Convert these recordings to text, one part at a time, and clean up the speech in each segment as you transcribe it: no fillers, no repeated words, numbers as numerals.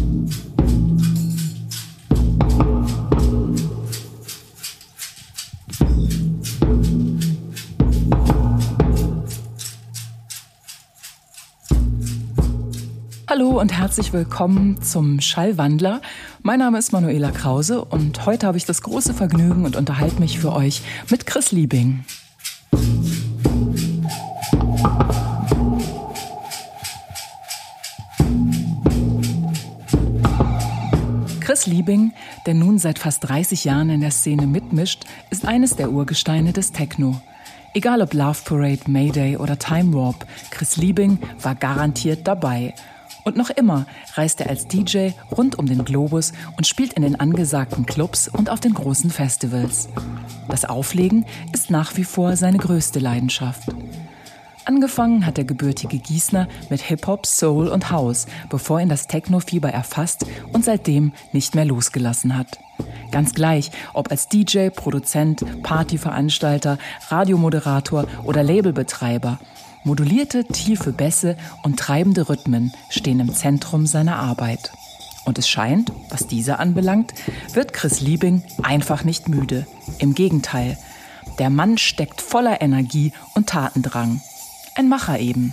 Hallo und herzlich willkommen zum Schallwandler. Mein Name ist Manuela Krause und heute habe ich das große Vergnügen und unterhalte mich für euch mit Chris Liebing. Chris Liebing, der nun seit fast 30 Jahren in der Szene mitmischt, ist eines der Urgesteine des Techno. Egal ob Love Parade, Mayday oder Time Warp, Chris Liebing war garantiert dabei. Und noch immer reist er als DJ rund um den Globus und spielt in den angesagten Clubs und auf den großen Festivals. Das Auflegen ist nach wie vor seine größte Leidenschaft. Angefangen hat der gebürtige Gießener mit Hip-Hop, Soul und House, bevor ihn das Techno-Fieber erfasst und seitdem nicht mehr losgelassen hat. Ganz gleich, ob als DJ, Produzent, Partyveranstalter, Radiomoderator oder Labelbetreiber. Modulierte, tiefe Bässe und treibende Rhythmen stehen im Zentrum seiner Arbeit. Und es scheint, was diese anbelangt, wird Chris Liebing einfach nicht müde. Im Gegenteil, der Mann steckt voller Energie und Tatendrang. Ein Macher eben.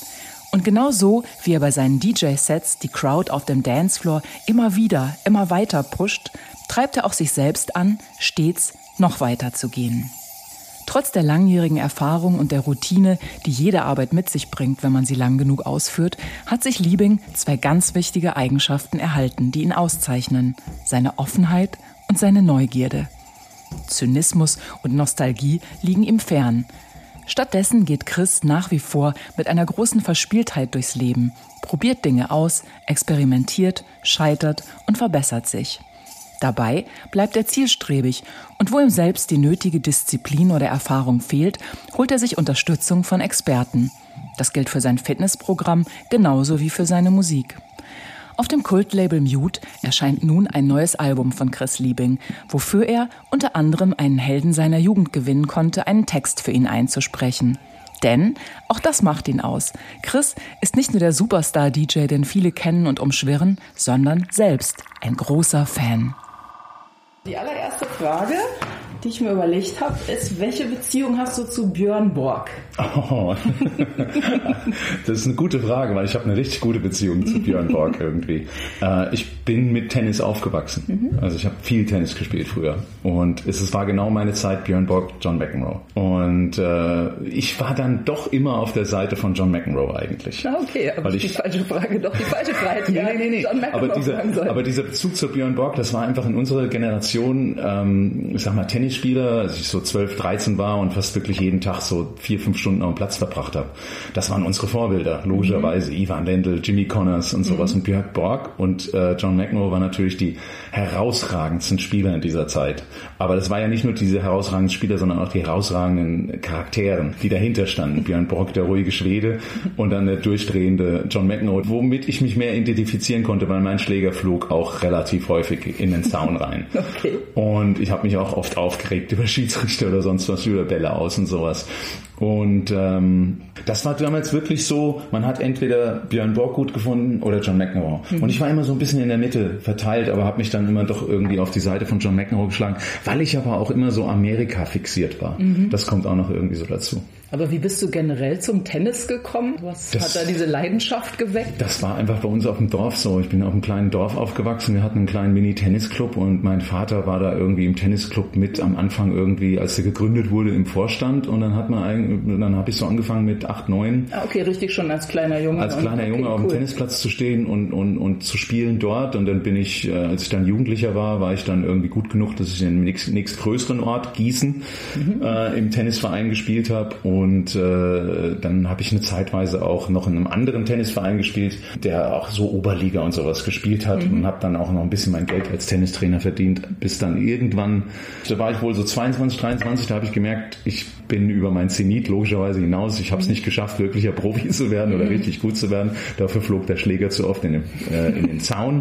Und genau so, wie er bei seinen DJ-Sets die Crowd auf dem Dancefloor immer weiter pusht, treibt er auch sich selbst an, stets noch weiter zu gehen. Trotz der langjährigen Erfahrung und der Routine, die jede Arbeit mit sich bringt, wenn man sie lang genug ausführt, hat sich Liebing zwei ganz wichtige Eigenschaften erhalten, die ihn auszeichnen: seine Offenheit und seine Neugierde. Zynismus und Nostalgie liegen ihm fern. Stattdessen geht Chris nach wie vor mit einer großen Verspieltheit durchs Leben, probiert Dinge aus, experimentiert, scheitert und verbessert sich. Dabei bleibt er zielstrebig und wo ihm selbst die nötige Disziplin oder Erfahrung fehlt, holt er sich Unterstützung von Experten. Das gilt für sein Fitnessprogramm genauso wie für seine Musik. Auf dem Kultlabel Mute erscheint nun ein neues Album von Chris Liebing, wofür er unter anderem einen Helden seiner Jugend gewinnen konnte, einen Text für ihn einzusprechen. Denn auch das macht ihn aus. Chris ist nicht nur der Superstar-DJ, den viele kennen und umschwirren, sondern selbst ein großer Fan. Die allererste Frage, die ich mir überlegt habe, ist: Welche Beziehung hast du zu Björn Borg? Oh, das ist eine gute Frage, weil ich habe eine richtig gute Beziehung zu Björn Borg irgendwie. Ich bin mit Tennis aufgewachsen. Also ich habe viel Tennis gespielt früher. Und es war genau meine Zeit, Björn Borg, John McEnroe. Und ich war dann doch immer auf der Seite von John McEnroe eigentlich. Ah, okay, aber die falsche Frage, doch die falsche Frage. Nee. John McEnroe aber dieser Bezug zu Björn Borg, das war einfach in unserer Generation, ich sag mal, Tennisspieler, als ich so 12, 13 war und fast wirklich jeden Tag so 4-5 Stunden auf dem Platz verbracht habe. Das waren unsere Vorbilder, logischerweise. Ivan Lendl, Jimmy Connors und sowas. Und Björn Borg und John McEnroe waren natürlich die herausragendsten Spieler in dieser Zeit. Aber das war ja nicht nur diese herausragenden Spieler, sondern auch die herausragenden Charakteren, die dahinter standen. Björn Borg, der ruhige Schwede, und dann der durchdrehende John McEnroe, womit ich mich mehr identifizieren konnte, weil mein Schläger flog auch relativ häufig in den Zaun rein. Okay. Und ich habe mich auch oft aufgeregt über Schiedsrichter oder sonst was, über Bälle aus und sowas. Und das war damals wirklich so, man hat entweder Björn Borg gut gefunden oder John McEnroe. Und ich war immer so ein bisschen in der Mitte verteilt, aber habe mich dann immer doch irgendwie auf die Seite von John McEnroe geschlagen, weil ich aber auch immer so Amerika fixiert war. Das kommt auch noch irgendwie so dazu. Aber wie bist du generell zum Tennis gekommen? Was hat da diese Leidenschaft geweckt? Das war einfach bei uns auf dem Dorf so. Ich bin auf einem kleinen Dorf aufgewachsen. Wir hatten einen kleinen Mini-Tennisclub und mein Vater war da irgendwie im Tennisclub mit am Anfang irgendwie, als er gegründet wurde, im Vorstand. Und dann habe ich so angefangen mit 8, 9. Ah, okay, richtig, schon als kleiner Junge. Als kleiner Junge auf dem Tennisplatz zu stehen und zu spielen dort. Und dann bin ich, als ich dann Jugendlicher war ich dann irgendwie gut genug, dass ich in dem nächstgrößeren Ort, Gießen, im Tennisverein gespielt habe. Und dann habe ich eine Zeitweise auch noch in einem anderen Tennisverein gespielt, der auch so Oberliga und sowas gespielt hat, und habe dann auch noch ein bisschen mein Geld als Tennistrainer verdient, bis dann irgendwann, da war ich wohl so 22, 23, da habe ich gemerkt, ich bin über mein Zenit logischerweise hinaus. Ich habe es nicht geschafft, wirklicher Profi zu werden oder richtig gut zu werden. Dafür flog der Schläger zu oft in den Zaun.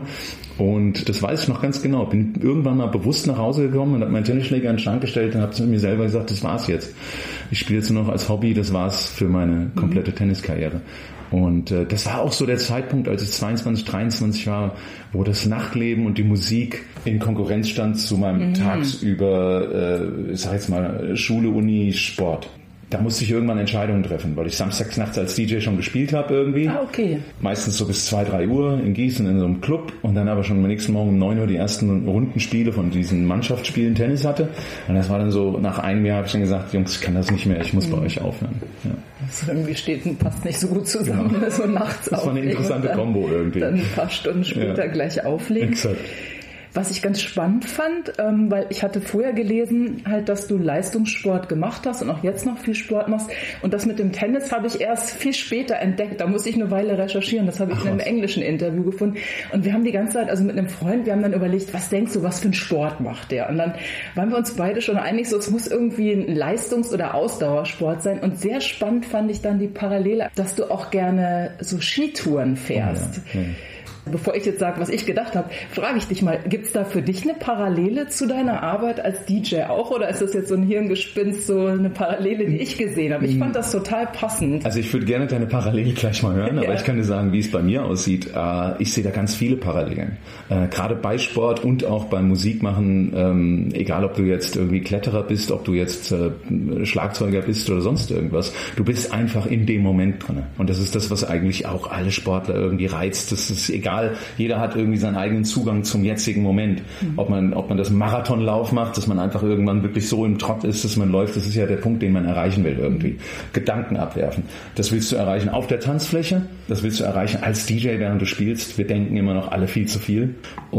Und das weiß ich noch ganz genau. Bin irgendwann mal bewusst nach Hause gekommen und habe meinen Tennisschläger in den Schrank gestellt und habe zu mir selber gesagt, das war's jetzt. Ich spiele jetzt nur noch als Hobby, das war's für meine komplette Tenniskarriere. Und das war auch so der Zeitpunkt, als ich 22, 23 war, wo das Nachtleben und die Musik in Konkurrenz stand zu meinem tagsüber, ich sag jetzt mal, Schule, Uni, Sport. Da musste ich irgendwann Entscheidungen treffen, weil ich samstags nachts als DJ schon gespielt habe irgendwie. Ah, okay. Meistens so bis 2, 3 Uhr in Gießen in so einem Club und dann aber schon am nächsten Morgen um 9 Uhr die ersten Rundenspiele von diesen Mannschaftsspielen Tennis hatte. Und das war dann so, nach einem Jahr habe ich dann gesagt, Jungs, ich kann das nicht mehr, ich muss bei euch aufhören. Ja. Das irgendwie passt nicht so gut zusammen, genau. So nachts das war eine interessante Kombo irgendwie. Dann ein paar Stunden später gleich auflegen. Exakt. Was ich ganz spannend fand, weil ich hatte vorher gelesen, halt, dass du Leistungssport gemacht hast und auch jetzt noch viel Sport machst. Und das mit dem Tennis habe ich erst viel später entdeckt. Da musste ich eine Weile recherchieren. Das habe ich in einem englischen Interview gefunden. Und wir haben die ganze Zeit, also mit einem Freund, wir haben dann überlegt, was denkst du, was für einen Sport macht der? Und dann waren wir uns beide schon einig, so es muss irgendwie ein Leistungs- oder Ausdauersport sein. Und sehr spannend fand ich dann die Parallele, dass du auch gerne so Skitouren fährst. Oh, ja. Bevor ich jetzt sage, was ich gedacht habe, frage ich dich mal, gibt es da für dich eine Parallele zu deiner Arbeit als DJ auch oder ist das jetzt so ein Hirngespinst, so eine Parallele, die ich gesehen habe? Ich fand das total passend. Also ich würde gerne deine Parallele gleich mal hören, aber ich kann dir sagen, wie es bei mir aussieht. Ich sehe da ganz viele Parallelen. Gerade bei Sport und auch beim Musikmachen, egal ob du jetzt irgendwie Kletterer bist, ob du jetzt Schlagzeuger bist oder sonst irgendwas, du bist einfach in dem Moment drin. Und das ist das, was eigentlich auch alle Sportler irgendwie reizt. Das ist egal. Jeder hat irgendwie seinen eigenen Zugang zum jetzigen Moment. Ob man das Marathonlauf macht, dass man einfach irgendwann wirklich so im Trott ist, dass man läuft, das ist ja der Punkt, den man erreichen will irgendwie. Gedanken abwerfen. Das willst du erreichen auf der Tanzfläche, das willst du erreichen als DJ, während du spielst. Wir denken immer noch alle viel zu viel.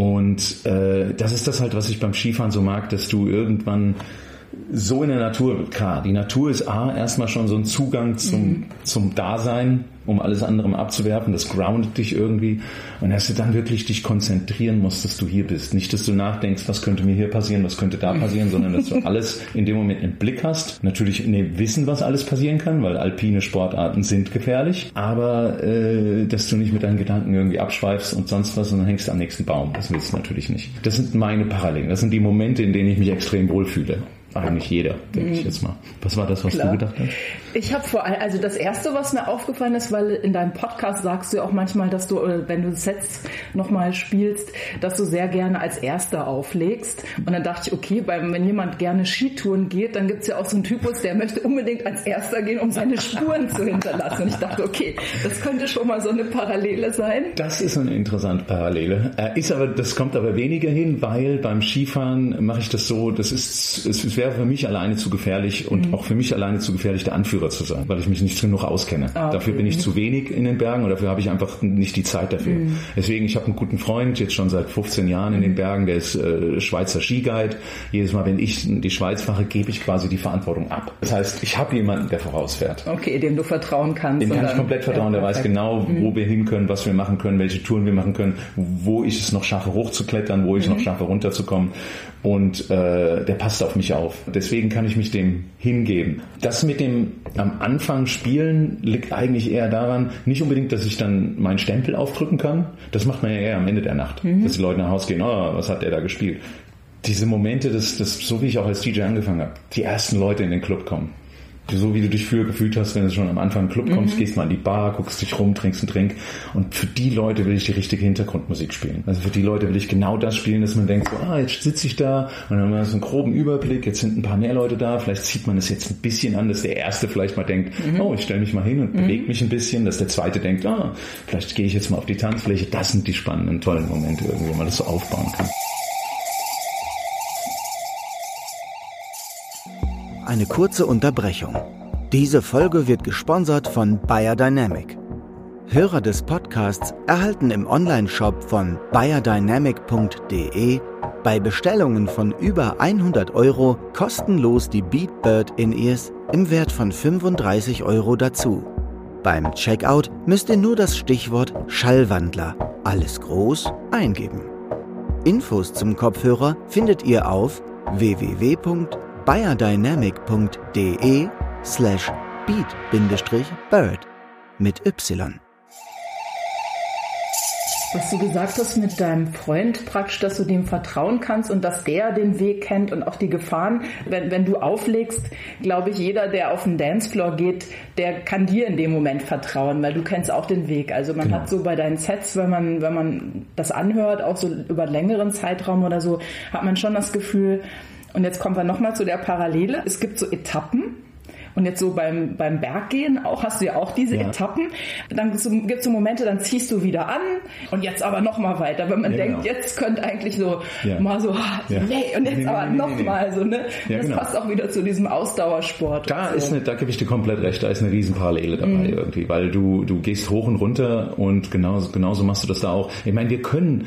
Und das ist das halt, was ich beim Skifahren so mag, dass du irgendwann so in der Natur, klar, die Natur ist erstmal schon so ein Zugang zum Dasein, um alles andere mal abzuwerfen, das groundet dich irgendwie und dass du dann wirklich dich konzentrieren musst, dass du hier bist. Nicht, dass du nachdenkst, was könnte mir hier passieren, was könnte da passieren, sondern dass du alles in dem Moment im Blick hast. Natürlich wissen, was alles passieren kann, weil alpine Sportarten sind gefährlich, aber dass du nicht mit deinen Gedanken irgendwie abschweifst und sonst was und dann hängst du am nächsten Baum. Das willst du natürlich nicht. Das sind meine Parallelen. Das sind die Momente, in denen ich mich extrem wohlfühle. Eigentlich jeder, denke ich jetzt mal. Was war das, was du gedacht hast? Ich habe vor allem, also das Erste, was mir aufgefallen ist, weil in deinem Podcast sagst du ja auch manchmal, dass du, wenn du Sets nochmal spielst, dass du sehr gerne als Erster auflegst. Und dann dachte ich, okay, wenn jemand gerne Skitouren geht, dann gibt es ja auch so einen Typus, der möchte unbedingt als Erster gehen, um seine Spuren zu hinterlassen. Und ich dachte, okay, das könnte schon mal so eine Parallele sein. Das ist eine interessante Parallele. Das kommt aber weniger hin, weil beim Skifahren mache ich das so, es wäre für mich alleine zu gefährlich und auch für mich alleine zu gefährlich, der Anführer zu sein, weil ich mich nicht genug auskenne. Okay. Dafür bin ich zu wenig in den Bergen und dafür habe ich einfach nicht die Zeit dafür. Deswegen, ich habe einen guten Freund, jetzt schon seit 15 Jahren in den Bergen, der ist Schweizer Skiguide. Jedes Mal, wenn ich die Schweiz fahre, gebe ich quasi die Verantwortung ab. Das heißt, ich habe jemanden, der vorausfährt. Okay, dem du vertrauen kannst. Dem kann ich komplett vertrauen, der weiß genau, wo wir hin können, was wir machen können, welche Touren wir machen können, wo ich es noch schaffe, hochzuklettern, wo ich es noch schaffe, runterzukommen. Und der passt auf mich auf. Deswegen kann ich mich dem hingeben. Das mit dem am Anfang Spielen liegt eigentlich eher daran, nicht unbedingt, dass ich dann meinen Stempel aufdrücken kann. Das macht man ja eher am Ende der Nacht. Dass die Leute nach Hause gehen, was hat der da gespielt? Diese Momente, das so wie ich auch als DJ angefangen habe, die ersten Leute in den Club kommen. So wie du dich früher gefühlt hast, wenn du schon am Anfang im Club kommst, gehst mal in die Bar, guckst dich rum, trinkst einen Drink. Und für die Leute will ich die richtige Hintergrundmusik spielen. Also für die Leute will ich genau das spielen, dass man denkt, so, jetzt sitze ich da und dann haben wir so einen groben Überblick, jetzt sind ein paar mehr Leute da, vielleicht zieht man es jetzt ein bisschen an, dass der Erste vielleicht mal denkt, ich stelle mich mal hin und bewege mich ein bisschen, dass der Zweite denkt, vielleicht gehe ich jetzt mal auf die Tanzfläche. Das sind die spannenden, tollen Momente irgendwie, wo man das so aufbauen kann. Eine kurze Unterbrechung. Diese Folge wird gesponsert von Beyerdynamic. Hörer des Podcasts erhalten im Onlineshop von beyerdynamic.de bei Bestellungen von über 100 € kostenlos die Beatbird In-Ears im Wert von 35 € dazu. Beim Checkout müsst ihr nur das Stichwort Schallwandler, alles groß, eingeben. Infos zum Kopfhörer findet ihr auf www.beyerdynamic.de/beat-bird mit Y. Was du gesagt hast mit deinem Freund praktisch, dass du dem vertrauen kannst und dass der den Weg kennt und auch die Gefahren. Wenn du auflegst, glaube ich, jeder, der auf den Dancefloor geht, der kann dir in dem Moment vertrauen, weil du kennst auch den Weg. Also man hat so bei deinen Sets, wenn man das anhört, auch so über einen längeren Zeitraum oder so, hat man schon das Gefühl, und jetzt kommen wir nochmal zu der Parallele, es gibt so Etappen. Und jetzt so beim Berggehen auch hast du ja auch diese Etappen. Dann gibt es so Momente, dann ziehst du wieder an und jetzt aber noch mal weiter. Wenn man denkt, jetzt könnte eigentlich so mal so, nee, und jetzt aber noch mal so, ne? Ja, das passt auch wieder zu diesem Ausdauersport. Da gebe ich dir komplett recht, da ist eine Riesenparallele dabei irgendwie, weil du gehst hoch und runter und genauso machst du das da auch. Ich meine,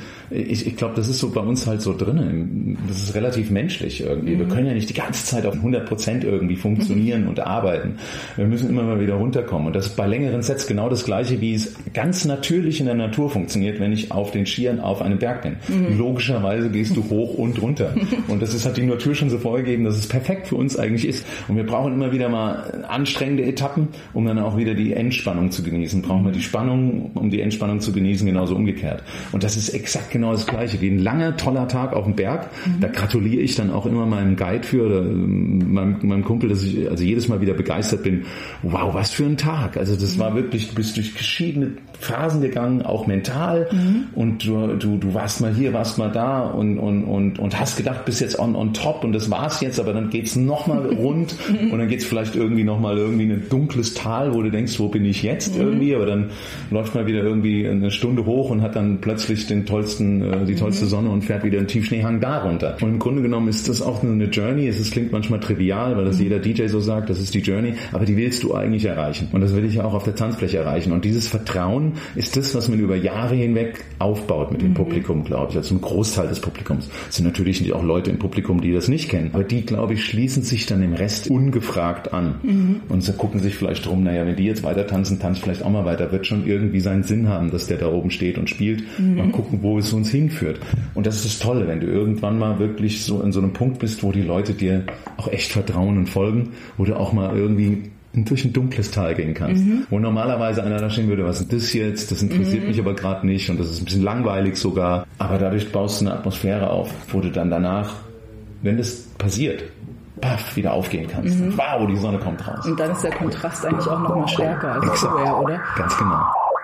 ich glaube, das ist so bei uns halt so drin. Das ist relativ menschlich irgendwie. Wir können ja nicht die ganze Zeit auf 100% irgendwie funktionieren und arbeiten. Wir müssen immer mal wieder runterkommen. Und das ist bei längeren Sets genau das Gleiche, wie es ganz natürlich in der Natur funktioniert, wenn ich auf den Skiern auf einem Berg bin. Logischerweise gehst du hoch und runter. Und das hat die Natur schon so vorgegeben, dass es perfekt für uns eigentlich ist. Und wir brauchen immer wieder mal anstrengende Etappen, um dann auch wieder die Entspannung zu genießen. Brauchen wir die Spannung, um die Entspannung zu genießen, genauso umgekehrt. Und das ist exakt genau das Gleiche. Wie ein langer, toller Tag auf dem Berg. Da gratuliere ich dann auch immer meinem Guide oder meinem Kumpel, dass ich also jedes Mal wieder begeistert bin. Wow, was für ein Tag. Also das war wirklich, du bist durch verschiedene Phasen gegangen, auch mental. Und du warst mal hier, warst mal da und hast gedacht, bist jetzt on top und das war's jetzt, aber dann geht's nochmal rund und dann geht's vielleicht irgendwie nochmal irgendwie in ein dunkles Tal, wo du denkst, wo bin ich jetzt irgendwie, aber dann läuft man wieder irgendwie eine Stunde hoch und hat dann plötzlich die tollste Sonne und fährt wieder einen Tiefschneehang da runter. Und im Grunde genommen ist das auch eine Journey. Es klingt manchmal trivial, weil das jeder DJ so sagt, das ist die Journey, aber die willst du eigentlich erreichen. Und das will ich ja auch auf der Tanzfläche erreichen. Und dieses Vertrauen ist das, was man über Jahre hinweg aufbaut mit dem Publikum, glaube ich. Also ein Großteil des Publikums. Es sind natürlich auch Leute im Publikum, die das nicht kennen. Aber die, glaube ich, schließen sich dann dem Rest ungefragt an. Und sie gucken sich vielleicht drum, naja, wenn die jetzt weiter tanzen, tanzt vielleicht auch mal weiter. Wird schon irgendwie seinen Sinn haben, dass der da oben steht und spielt. Mal gucken, wo es uns hinführt. Und das ist das Tolle, wenn du irgendwann mal wirklich so in so einem Punkt bist, wo die Leute dir auch echt vertrauen und folgen, wo du auch mal irgendwie durch ein dunkles Tal gehen kannst. Wo normalerweise einer da stehen würde, was ist das jetzt? Das interessiert mich aber gerade nicht und das ist ein bisschen langweilig sogar. Aber dadurch baust du eine Atmosphäre auf, wo du dann danach, wenn das passiert, wieder aufgehen kannst. Wow, die Sonne kommt raus. Und dann ist der Kontrast eigentlich auch nochmal stärker als vorher, oder? Ganz genau.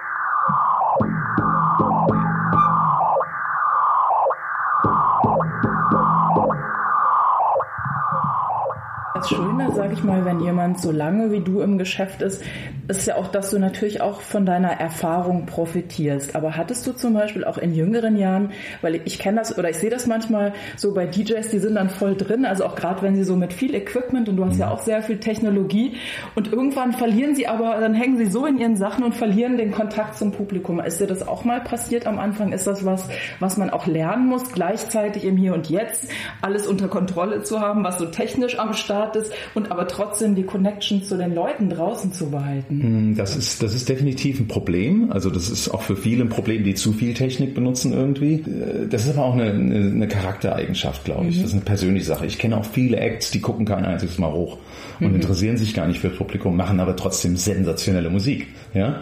Das Schöne, sage ich mal, wenn jemand so lange wie du im Geschäft ist ja auch, dass du natürlich auch von deiner Erfahrung profitierst. Aber hattest du zum Beispiel auch in jüngeren Jahren, weil ich kenne das oder ich sehe das manchmal so bei DJs, die sind dann voll drin, also auch gerade wenn sie so mit viel Equipment und du hast ja auch sehr viel Technologie und irgendwann verlieren sie aber, dann hängen sie so in ihren Sachen und verlieren den Kontakt zum Publikum. Ist dir das auch mal passiert am Anfang? Ist das was man auch lernen muss, gleichzeitig im Hier und Jetzt alles unter Kontrolle zu haben, was so technisch am Start ist und aber trotzdem die Connection zu den Leuten draußen zu behalten? Das ist definitiv ein Problem. Also das ist auch für viele ein Problem, die zu viel Technik benutzen irgendwie. Das ist aber auch eine Charaktereigenschaft, glaube ich. Das ist eine persönliche Sache. Ich kenne auch viele Acts, die gucken kein einziges Mal hoch und interessieren sich gar nicht für das Publikum, machen aber trotzdem sensationelle Musik. Ja?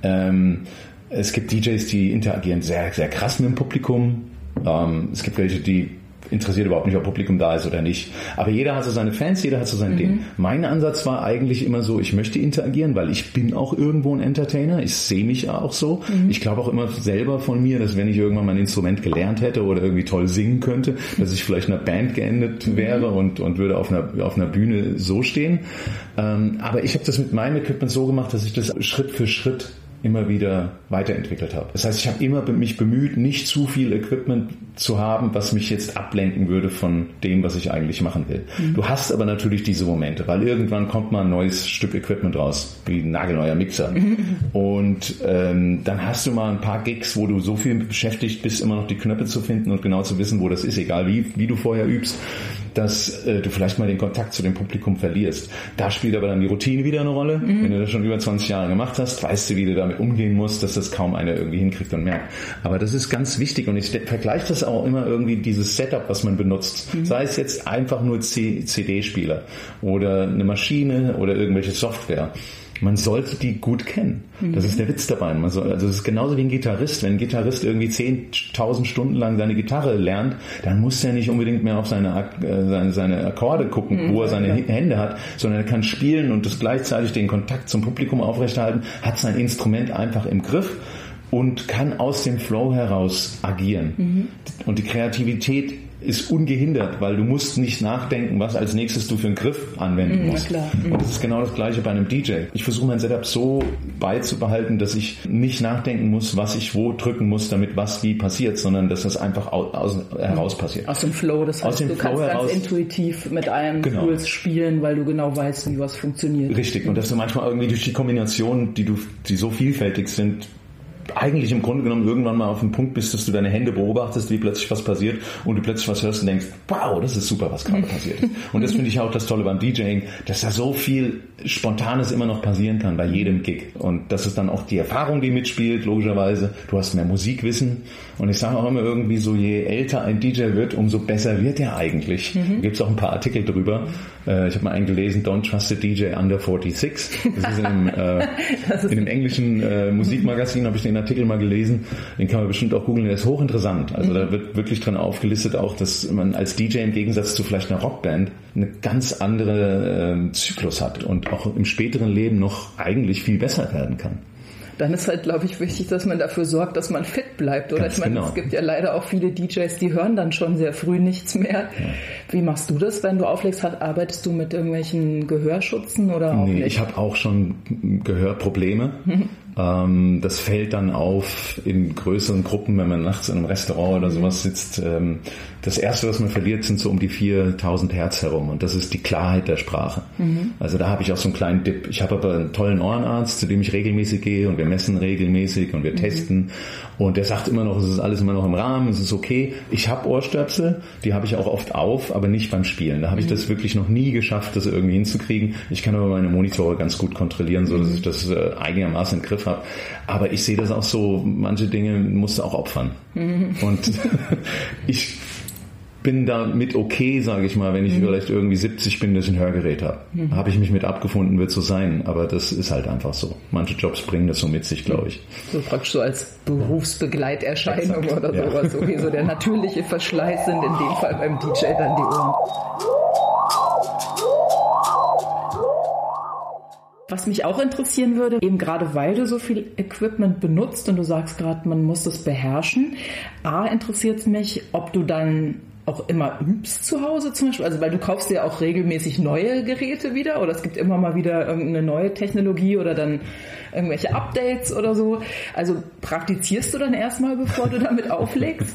Es gibt DJs, die interagieren sehr, sehr krass mit dem Publikum. Es gibt welche, die interessiert überhaupt nicht, ob Publikum da ist oder nicht. Aber jeder hat so seine Fans, jeder hat so sein Ding. Mein Ansatz war eigentlich immer so, ich möchte interagieren, weil ich bin auch irgendwo ein Entertainer. Ich sehe mich auch so. Ich glaube auch immer selber von mir, dass wenn ich irgendwann mein Instrument gelernt hätte oder irgendwie toll singen könnte, dass ich vielleicht in einer Band geendet wäre und würde auf einer Bühne so stehen. Aber ich habe das mit meinem Equipment so gemacht, dass ich das Schritt für Schritt immer wieder weiterentwickelt habe. Das heißt, ich habe immer mich bemüht, nicht zu viel Equipment zu haben, was mich jetzt ablenken würde von dem, was ich eigentlich machen will. Du hast aber natürlich diese Momente, weil irgendwann kommt mal ein neues Stück Equipment raus, wie ein nagelneuer Mixer. Und dann hast du mal ein paar Gigs, wo du so viel beschäftigt bist, immer noch die Knöpfe zu finden und genau zu wissen, wo das ist, egal wie du vorher übst, dass du vielleicht mal den Kontakt zu dem Publikum verlierst. Da spielt aber dann die Routine wieder eine Rolle. Wenn du das schon über 20 Jahre gemacht hast, weißt du, wie du damit umgehen musst, dass das kaum einer irgendwie hinkriegt und merkt. Aber das ist ganz wichtig und ich vergleiche das auch immer irgendwie, dieses Setup, was man benutzt. Sei es jetzt einfach nur CD-Spieler oder eine Maschine oder irgendwelche Software. man sollte die gut kennen. Das ist der Witz dabei. Also es ist genauso wie ein Gitarrist. Wenn ein Gitarrist irgendwie 10.000 Stunden lang seine Gitarre lernt, dann muss er nicht unbedingt mehr auf seine Akkorde gucken, wo er seine Hände hat, sondern er kann spielen und das gleichzeitig den Kontakt zum Publikum aufrechterhalten, hat sein Instrument einfach im Griff und kann aus dem Flow heraus agieren. Und die Kreativität ist ungehindert, weil du musst nicht nachdenken, was als nächstes du für einen Griff anwenden musst. Klar. Und das ist genau das Gleiche bei einem DJ. Ich versuche mein Setup so beizubehalten, dass ich nicht nachdenken muss, was ich wo drücken muss, damit was wie passiert, sondern dass das einfach heraus passiert. Aus dem Flow, das heißt, du kannst ganz intuitiv mit allen Tools spielen, weil du genau weißt, wie was funktioniert. Richtig, und dass du manchmal irgendwie durch die Kombinationen, die so vielfältig sind, eigentlich im Grunde genommen irgendwann mal auf dem Punkt bist, dass du deine Hände beobachtest, wie plötzlich was passiert und du plötzlich was hörst und denkst, wow, das ist super, was gerade passiert ist. Und das finde ich auch das Tolle beim DJing, dass da so viel Spontanes immer noch passieren kann bei jedem Gig. Und das ist dann auch die Erfahrung, die mitspielt, logischerweise. Du hast mehr Musikwissen. Und ich sage auch immer irgendwie so, je älter ein DJ wird, umso besser wird er eigentlich. Da gibt es auch ein paar Artikel drüber. Ich habe mal einen gelesen, Don't Trust a DJ Under 46. Das ist in einem englischen Musikmagazin, habe ich den Artikel mal gelesen. Den kann man bestimmt auch googeln, der ist hochinteressant. Also da wird wirklich dran aufgelistet auch, dass man als DJ im Gegensatz zu vielleicht einer Rockband eine ganz andere Zyklus hat und auch im späteren Leben noch eigentlich viel besser werden kann. Dann ist halt, glaube ich, wichtig, dass man dafür sorgt, dass man fit bleibt. Oder ich meine, es gibt ja leider auch viele DJs, die hören dann schon sehr früh nichts mehr. Ja. Wie machst du das, wenn du auflegst? Arbeitest du mit irgendwelchen Gehörschutzen oder auch nicht? Ich habe auch schon Gehörprobleme. Das fällt dann auf in größeren Gruppen, wenn man nachts in einem Restaurant oder sowas sitzt. Das Erste, was man verliert, sind so um die 4.000 Hertz herum. Und das ist die Klarheit der Sprache. Also da habe ich auch so einen kleinen Dip. Ich habe aber einen tollen Ohrenarzt, zu dem ich regelmäßig gehe und wir messen regelmäßig und wir testen. Und der sagt immer noch, es ist alles immer noch im Rahmen, es ist okay. Ich habe Ohrstöpsel, die habe ich auch oft auf, aber nicht beim Spielen. Da habe ich das wirklich noch nie geschafft, das irgendwie hinzukriegen. Ich kann aber meine Monitore ganz gut kontrollieren, so dass ich das einigermaßen im Griff habe. Aber ich sehe das auch so, manche Dinge musst du auch opfern. Und ich bin damit okay, sage ich mal, wenn ich vielleicht irgendwie 70 bin, dass ich ein Hörgerät habe. Habe ich mich mit abgefunden, wird so sein. Aber das ist halt einfach so. Manche Jobs bringen das so mit sich, glaube ich. So praktisch so als Berufsbegleiterscheinung oder sowas. Okay, so der natürliche Verschleiß sind in dem Fall beim DJ dann die Ohren. Was mich auch interessieren würde, eben gerade weil du so viel Equipment benutzt und du sagst gerade, man muss das beherrschen. Interessiert es mich, ob du dann auch immer übst zu Hause zum Beispiel? Also weil du kaufst ja auch regelmäßig neue Geräte wieder oder es gibt immer mal wieder irgendeine neue Technologie oder dann irgendwelche Updates oder so. Also praktizierst du dann erstmal, bevor du damit auflegst?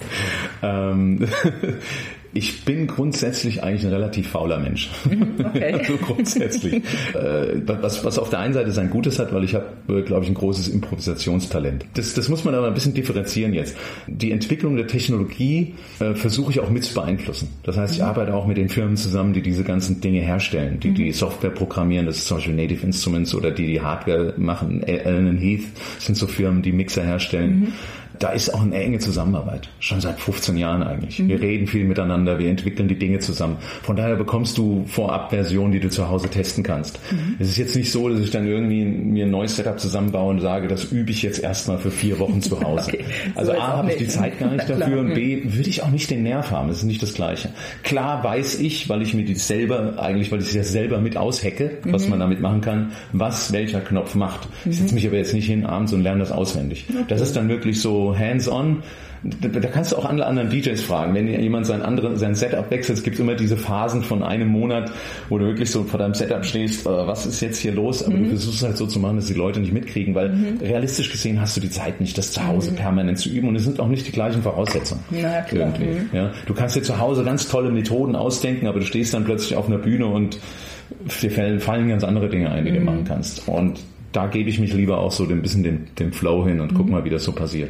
Ich bin grundsätzlich eigentlich ein relativ fauler Mensch. Okay. Also grundsätzlich. Was auf der einen Seite sein Gutes hat, weil ich habe, glaube ich, ein großes Improvisationstalent. Das muss man aber ein bisschen differenzieren jetzt. Die Entwicklung der Technologie versuche ich auch mit zu beeinflussen. Das heißt, ich arbeite auch mit den Firmen zusammen, die diese ganzen Dinge herstellen, die Software programmieren, das ist zum Beispiel Native Instruments oder die Hardware machen. Allen Heath sind so Firmen, die Mixer herstellen. Da ist auch eine enge Zusammenarbeit, schon seit 15 Jahren eigentlich. Wir reden viel miteinander, wir entwickeln die Dinge zusammen. Von daher bekommst du vorab Versionen, die du zu Hause testen kannst. Es ist jetzt nicht so, dass ich dann irgendwie mir ein neues Setup zusammenbaue und sage, das übe ich jetzt erstmal für 4 Wochen zu Hause. Okay. Also A, habe ich die Zeit gar nicht dafür und B, würde ich auch nicht den Nerv haben. Das ist nicht das Gleiche. Klar weiß ich, weil ich mir die selber, eigentlich, weil ich es ja selber mit aushacke, was man damit machen kann, was welcher Knopf macht. Ich setze mich aber jetzt nicht hin abends und lerne das auswendig. Okay. Das ist dann wirklich so hands-on. Da kannst du auch alle anderen DJs fragen. Wenn jemand sein Setup wechselt, es gibt immer diese Phasen von einem Monat, wo du wirklich so vor deinem Setup stehst, was ist jetzt hier los? Aber du versuchst halt so zu machen, dass die Leute nicht mitkriegen, weil realistisch gesehen hast du die Zeit nicht, das zu Hause permanent zu üben und es sind auch nicht die gleichen Voraussetzungen. Na klar. Ja, du kannst dir zu Hause ganz tolle Methoden ausdenken, aber du stehst dann plötzlich auf einer Bühne und dir fallen ganz andere Dinge ein, die du machen kannst. Und da gebe ich mich lieber auch so ein bisschen dem Flow hin und guck mal, wie das so passiert.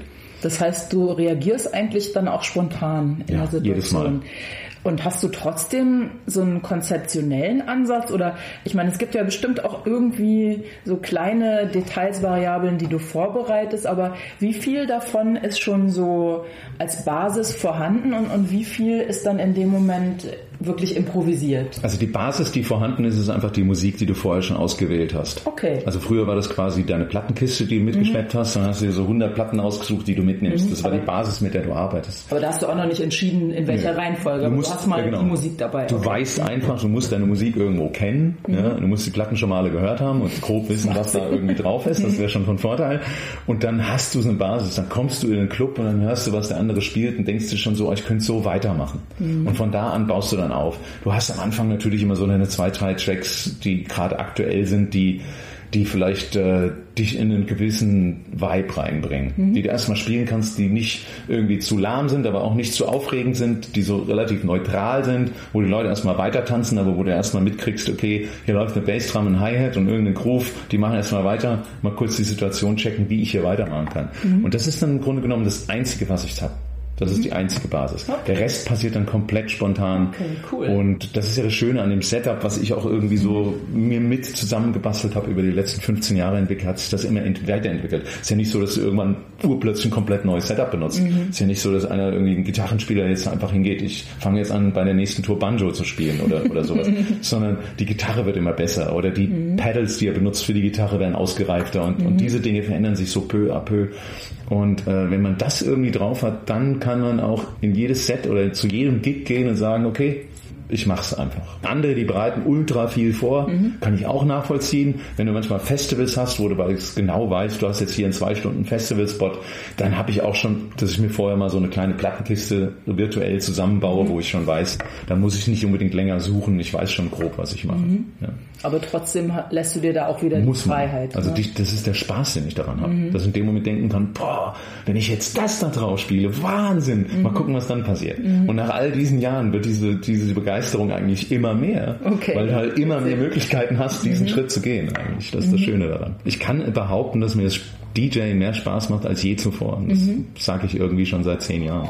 Das heißt, du reagierst eigentlich dann auch spontan in der Situation. Jedes Mal. Und hast du trotzdem so einen konzeptionellen Ansatz? Oder ich meine, es gibt ja bestimmt auch irgendwie so kleine Details, Variablen, die du vorbereitest, aber wie viel davon ist schon so als Basis vorhanden und wie viel ist dann in dem Moment wirklich improvisiert? Also die Basis, die vorhanden ist einfach die Musik, die du vorher schon ausgewählt hast. Okay. Also früher war das quasi deine Plattenkiste, die du mitgeschleppt hast, dann hast du dir so 100 Platten ausgesucht, die du mitnimmst. Das war die Basis, mit der du arbeitest. Aber da hast du auch noch nicht entschieden, in welcher Reihenfolge. Du hast mal die Musik dabei. Du weißt einfach, du musst deine Musik irgendwo kennen. Ja? Du musst die Platten schon mal alle gehört haben und grob wissen, was da irgendwie drauf ist. Das wäre schon von Vorteil. Und dann hast du so eine Basis. Dann kommst du in den Club und dann hörst du, was der andere spielt und denkst dir schon so, ich könnte so weitermachen. Und von da an baust du dann auf. Du hast am Anfang natürlich immer so deine 2, 3 Tracks, die gerade aktuell sind, die vielleicht dich in einen gewissen Vibe reinbringen, die du erstmal spielen kannst, die nicht irgendwie zu lahm sind, aber auch nicht zu aufregend sind, die so relativ neutral sind, wo die Leute erstmal weiter tanzen, aber wo du erstmal mitkriegst, okay, hier läuft eine Bassdrum, ein Hi-Hat und irgendein Groove, die machen erstmal weiter, mal kurz die Situation checken, wie ich hier weitermachen kann. Und das ist dann im Grunde genommen das Einzige, was ich habe. Das ist die einzige Basis. Okay. Der Rest passiert dann komplett spontan. Okay, cool. Und das ist ja das Schöne an dem Setup, was ich auch irgendwie so mir mit zusammengebastelt habe über die letzten 15 Jahre entwickelt, hat sich das immer weiterentwickelt. Es ist ja nicht so, dass du irgendwann urplötzlich ein komplett neues Setup benutzt. Es ist ja nicht so, dass einer irgendwie ein Gitarrenspieler jetzt einfach hingeht, ich fange jetzt an, bei der nächsten Tour Banjo zu spielen oder sowas. Sondern die Gitarre wird immer besser oder die Pedals, die er benutzt für die Gitarre, werden ausgereifter und diese Dinge verändern sich so peu à peu. Und wenn man das irgendwie drauf hat, dann kann man auch in jedes Set oder zu jedem Gig gehen und sagen, okay, ich mach's einfach. Andere, die bereiten ultra viel vor, kann ich auch nachvollziehen. Wenn du manchmal Festivals hast, wo du genau weißt, du hast jetzt hier einen 2 Stunden Festivalspot, dann habe ich auch schon, dass ich mir vorher mal so eine kleine Plattenkiste virtuell zusammenbaue, wo ich schon weiß, da muss ich nicht unbedingt länger suchen, ich weiß schon grob, was ich mache. Ja. Aber trotzdem lässt du dir da auch wieder die Freiheit. Also das ist der Spaß, den ich daran habe. Dass ich in dem Moment denken kann, wenn ich jetzt das da drauf spiele, Wahnsinn, mal gucken, was dann passiert. Und nach all diesen Jahren wird diese Begeisterung eigentlich immer mehr, weil du halt immer mehr Möglichkeiten hast, diesen Schritt zu gehen eigentlich. Das ist das Schöne daran. Ich kann behaupten, dass mir das DJ mehr Spaß macht als je zuvor. Und das sage ich irgendwie schon seit 10 Jahren.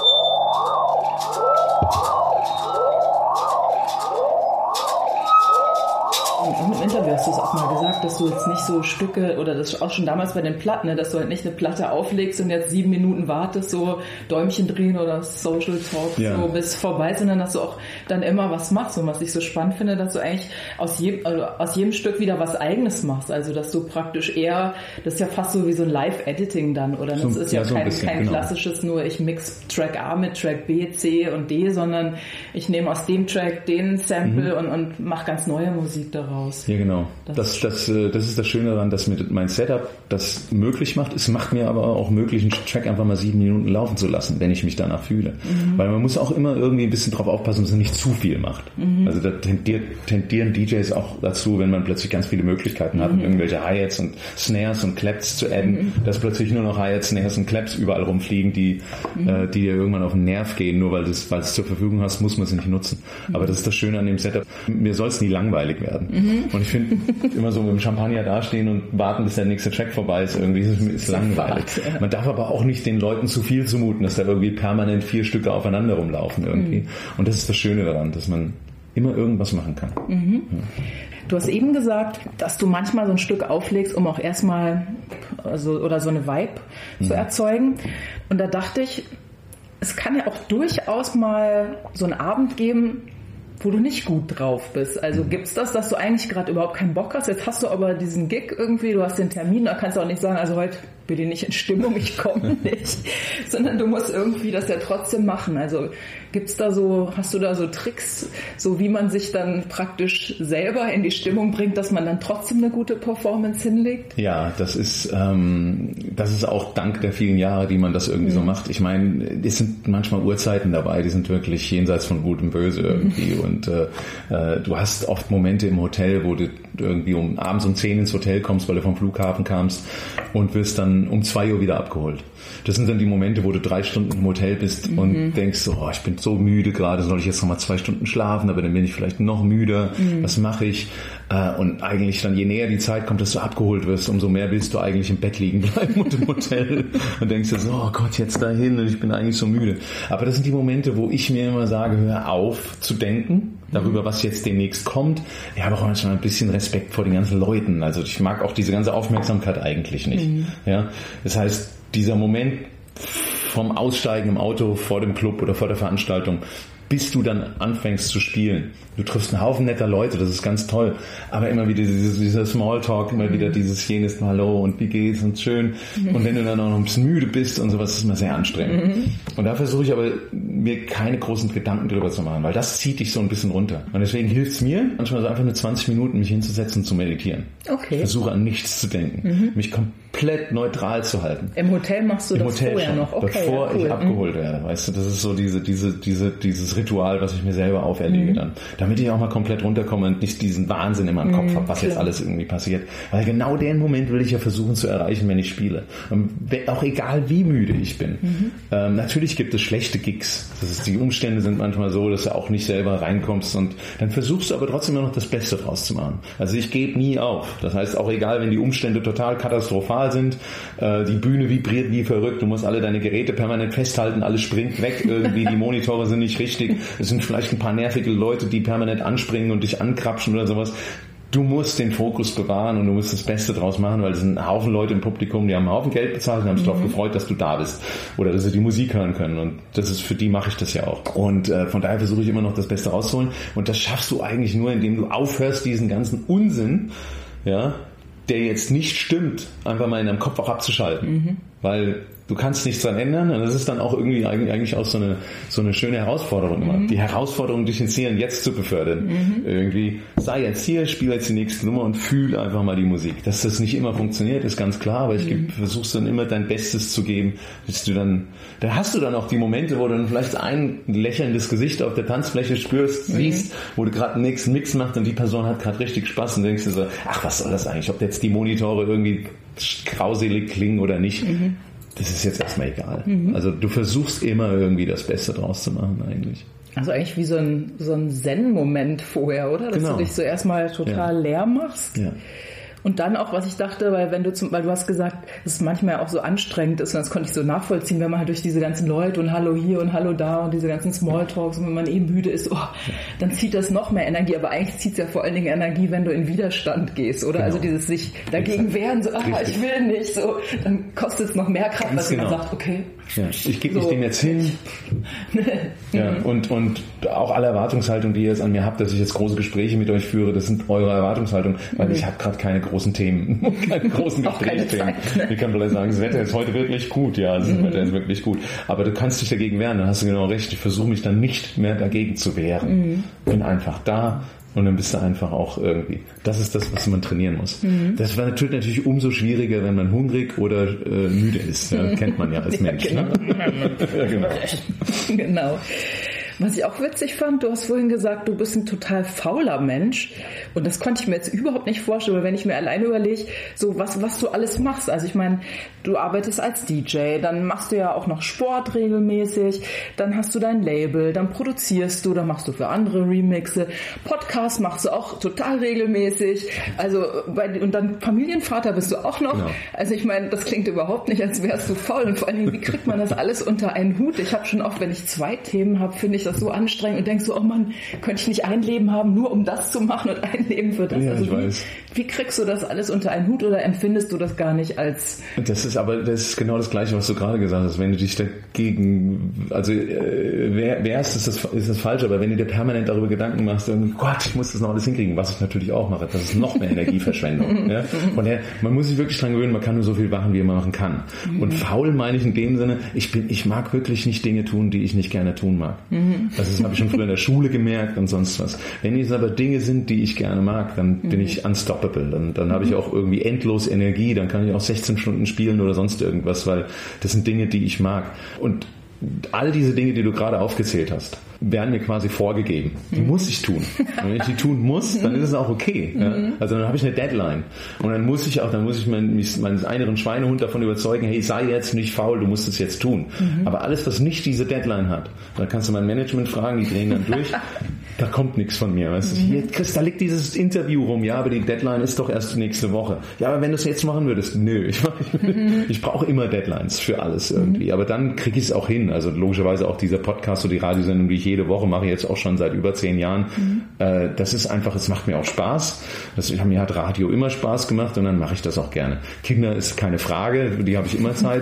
Im Interview hast du es auch mal gesagt, dass du jetzt nicht so Stücke, oder das auch schon damals bei den Platten, dass du halt nicht eine Platte auflegst und jetzt 7 Minuten wartest, so Däumchen drehen oder Social Talk so bis vorbei, sondern dass du auch dann immer was machst. Und was ich so spannend finde, dass du eigentlich aus jedem Stück wieder was Eigenes machst. Also dass du praktisch eher, das ist ja fast so wie so ein Live-Editing dann, oder? Das ist ja kein klassisches, nur ich mix Track A mit Track B, C und D, sondern ich nehme aus dem Track den Sample und mache ganz neue Musik daraus. Ja, genau. Das ist das Schöne daran, dass mir mein Setup das möglich macht. Es macht mir aber auch möglich, einen Track einfach mal 7 Minuten laufen zu lassen, wenn ich mich danach fühle. Weil man muss auch immer irgendwie ein bisschen drauf aufpassen, dass man nicht zu viel macht. Also da tendieren DJs auch dazu, wenn man plötzlich ganz viele Möglichkeiten hat, irgendwelche Hi-Hats und Snares und Claps zu adden, dass plötzlich nur noch Hi-Hats, Snares und Claps überall rumfliegen, die dir irgendwann auf den Nerv gehen. Nur weil du es zur Verfügung hast, muss man sie nicht nutzen. Aber das ist das Schöne an dem Setup. Mir soll es nie langweilig werden. Und ich finde, immer so mit dem Champagner dastehen und warten, bis der nächste Track vorbei ist, irgendwie ist langweilig. Man darf aber auch nicht den Leuten zu viel zumuten, dass da irgendwie permanent 4 Stücke aufeinander rumlaufen irgendwie. Und das ist das Schöne daran, dass man immer irgendwas machen kann. Ja. Du hast eben gesagt, dass du manchmal so ein Stück auflegst, um auch erstmal oder so eine Vibe zu erzeugen. Und da dachte ich, es kann ja auch durchaus mal so einen Abend geben, wo du nicht gut drauf bist. Also gibt's das, dass du eigentlich gerade überhaupt keinen Bock hast? Jetzt hast du aber diesen Gig irgendwie, du hast den Termin, da kannst du auch nicht sagen, also heute bin ich nicht in Stimmung, ich komme nicht. Sondern du musst irgendwie das ja trotzdem machen. Also gibt's da so, hast du da so Tricks, so wie man sich dann praktisch selber in die Stimmung bringt, dass man dann trotzdem eine gute Performance hinlegt? Ja, das ist auch dank der vielen Jahre, die man das irgendwie so macht. Ich meine, es sind manchmal Uhrzeiten dabei, die sind wirklich jenseits von Gut und Böse irgendwie. Und du hast oft Momente im Hotel, wo du irgendwie abends um 10 ins Hotel kommst, weil du vom Flughafen kamst und wirst dann um 2 Uhr wieder abgeholt. Das sind dann die Momente, wo du 3 Stunden im Hotel bist und denkst so, ich bin so müde gerade, soll ich jetzt nochmal 2 Stunden schlafen, aber dann bin ich vielleicht noch müder. Was mache ich? Und eigentlich dann, je näher die Zeit kommt, dass du abgeholt wirst, umso mehr willst du eigentlich im Bett liegen bleiben und im Hotel und denkst dir so, oh Gott, jetzt dahin und ich bin eigentlich so müde. Aber das sind die Momente, wo ich mir immer sage, hör auf zu denken darüber, was jetzt demnächst kommt. Ich habe auch manchmal ein bisschen Respekt vor den ganzen Leuten. Also ich mag auch diese ganze Aufmerksamkeit eigentlich nicht. Ja, das heißt, dieser Moment vom Aussteigen im Auto vor dem Club oder vor der Veranstaltung, bis du dann anfängst zu spielen. Du triffst einen Haufen netter Leute, das ist ganz toll. Aber immer wieder dieser Smalltalk, immer wieder dieses jenes Hallo und wie geht's und schön. Und wenn du dann auch noch ein bisschen müde bist und sowas, ist immer sehr anstrengend. Und da versuche ich aber, mir keine großen Gedanken drüber zu machen, weil das zieht dich so ein bisschen runter. Und deswegen hilft es mir, manchmal so einfach nur 20 Minuten mich hinzusetzen und zu meditieren. Okay. Ich versuche an nichts zu denken. Mich komplett neutral zu halten. Im Hotel machst du Im das Hotel vorher schon, noch? Okay, bevor ich abgeholt werde. Weißt du, das ist so dieses Ritual, was ich mir selber auferlege dann. Damit ich auch mal komplett runterkomme und nicht diesen Wahnsinn in meinem Kopf habe, was jetzt alles irgendwie passiert. Weil genau den Moment will ich ja versuchen zu erreichen, wenn ich spiele. Und auch egal, wie müde ich bin. Natürlich gibt es schlechte Gigs. Die Umstände sind manchmal so, dass du auch nicht selber reinkommst und dann versuchst du aber trotzdem immer noch das Beste draus zu machen. Also ich gebe nie auf. Das heißt, auch egal, wenn die Umstände total katastrophal sind, die Bühne vibriert wie verrückt, du musst alle deine Geräte permanent festhalten, alles springt weg irgendwie, die Monitore sind nicht richtig, es sind vielleicht ein paar nervige Leute, die permanent anspringen und dich ankrapschen oder sowas. Du musst den Fokus bewahren und du musst das Beste draus machen, weil es sind ein Haufen Leute im Publikum, die haben einen Haufen Geld bezahlt und haben sich darauf gefreut, dass du da bist oder dass sie die Musik hören können und das ist, für die mache ich das ja auch. Und von daher versuche ich immer noch das Beste rauszuholen und das schaffst du eigentlich nur, indem du aufhörst, diesen ganzen Unsinn, ja, der jetzt nicht stimmt, einfach mal in deinem Kopf auch abzuschalten. Weil du kannst nichts dran ändern und das ist dann auch irgendwie eigentlich auch so eine schöne Herausforderung immer. Die Herausforderung, dich ins Hier und Jetzt zu befördern. Irgendwie, sei jetzt hier, spiel jetzt die nächste Nummer und fühl einfach mal die Musik. Dass das nicht immer funktioniert, ist ganz klar, aber ich versuch's dann immer dein Bestes zu geben, bis du dann hast du dann auch die Momente, wo du dann vielleicht ein lächelndes Gesicht auf der Tanzfläche spürst, siehst, wo du gerade den nächsten Mix machst und die Person hat gerade richtig Spaß und denkst dir so, ach, was soll das eigentlich, ob jetzt die Monitore irgendwie grauselig klingen oder nicht. Das ist jetzt erstmal egal. Also du versuchst immer irgendwie das Beste draus zu machen eigentlich. Also eigentlich wie so ein Zen-Moment vorher, oder? Dass du dich so erstmal total leer machst. Ja. Und dann auch, was ich dachte, weil du hast gesagt, dass es manchmal auch so anstrengend ist und das konnte ich so nachvollziehen, wenn man halt durch diese ganzen Leute und Hallo hier und Hallo da und diese ganzen Smalltalks und wenn man müde ist, dann zieht das noch mehr Energie, aber eigentlich zieht es ja vor allen Dingen Energie, wenn du in Widerstand gehst, oder? Genau. Also dieses sich dagegen wehren, so, ich will nicht, so, dann kostet es noch mehr Kraft, als wenn man sagt, okay. Ja, ich gebe mich dem jetzt hin. Ja, und auch alle Erwartungshaltungen, die ihr jetzt an mir habt, dass ich jetzt große Gespräche mit euch führe, das sind eure Erwartungshaltungen, weil ich habe gerade keine großen Themen, keine großen Gesprächsthemen. Ich kann vielleicht sagen, das Wetter ist heute wirklich gut, ja, das Wetter ist wirklich gut. Aber du kannst dich dagegen wehren, dann hast du genau recht. Ich versuche mich dann nicht mehr dagegen zu wehren. Bin einfach da. Und dann bist du einfach auch irgendwie. Das ist das, was man trainieren muss. Das war natürlich umso schwieriger, wenn man hungrig oder müde ist. Ja, kennt man ja als Mensch. Genau. Ne? Ja, genau. Genau. Was ich auch witzig fand, du hast vorhin gesagt, du bist ein total fauler Mensch. Und das konnte ich mir jetzt überhaupt nicht vorstellen, weil wenn ich mir alleine überlege, so was du alles machst. Also ich meine, du arbeitest als DJ, dann machst du ja auch noch Sport regelmäßig, dann hast du dein Label, dann produzierst du, dann machst du für andere Remixe, Podcast machst du auch total regelmäßig. Also und dann Familienvater bist du auch noch. Genau. Also ich meine, das klingt überhaupt nicht, als wärst du faul. Und vor allen Dingen, wie kriegt man das alles unter einen Hut? Ich habe schon oft, wenn ich 2 Themen habe, finde ich das so anstrengend und denkst so, oh Mann, könnte ich nicht ein Leben haben, nur um das zu machen und ein Leben für das? Ja, also ich weiß. Wie kriegst du das alles unter einen Hut oder empfindest du das gar nicht als... Das ist genau das Gleiche, was du gerade gesagt hast. Wenn du dich dagegen, also wehrst, ist das falsch, aber wenn du dir permanent darüber Gedanken machst, Gott, ich muss das noch alles hinkriegen, was ich natürlich auch mache, das ist noch mehr Energieverschwendung. Ja? Von daher, man muss sich wirklich dran gewöhnen, man kann nur so viel machen, wie man machen kann. Und faul meine ich in dem Sinne, ich mag wirklich nicht Dinge tun, die ich nicht gerne tun mag. Das habe ich schon früher in der Schule gemerkt und sonst was. Wenn es aber Dinge sind, die ich gerne mag, dann bin ich unstoppable. Dann habe ich auch irgendwie endlos Energie, dann kann ich auch 16 Stunden spielen oder sonst irgendwas, weil das sind Dinge, die ich mag. Und all diese Dinge, die du gerade aufgezählt hast, werden mir quasi vorgegeben. Die muss ich tun. Und wenn ich die tun muss, dann ist es auch okay. Ja? Also dann habe ich eine Deadline. Und dann muss ich meinen inneren Schweinehund davon überzeugen, hey, sei jetzt nicht faul, du musst es jetzt tun. Aber alles, was nicht diese Deadline hat, dann kannst du mein Management fragen, die drehen dann durch. da kommt nichts von mir. Weißt du? Hier, Chris, da liegt dieses Interview rum, ja, aber die Deadline ist doch erst nächste Woche. Ja, aber wenn du es jetzt machen würdest, nö, ich brauche immer Deadlines für alles irgendwie, aber dann kriege ich es auch hin. Also logischerweise auch dieser Podcast oder die Radiosendung, die ich jede Woche mache, jetzt auch schon seit über 10 Jahren, das ist einfach, es macht mir auch Spaß. Mir hat Radio immer Spaß gemacht und dann mache ich das auch gerne. Kinder ist keine Frage, für die habe ich immer Zeit,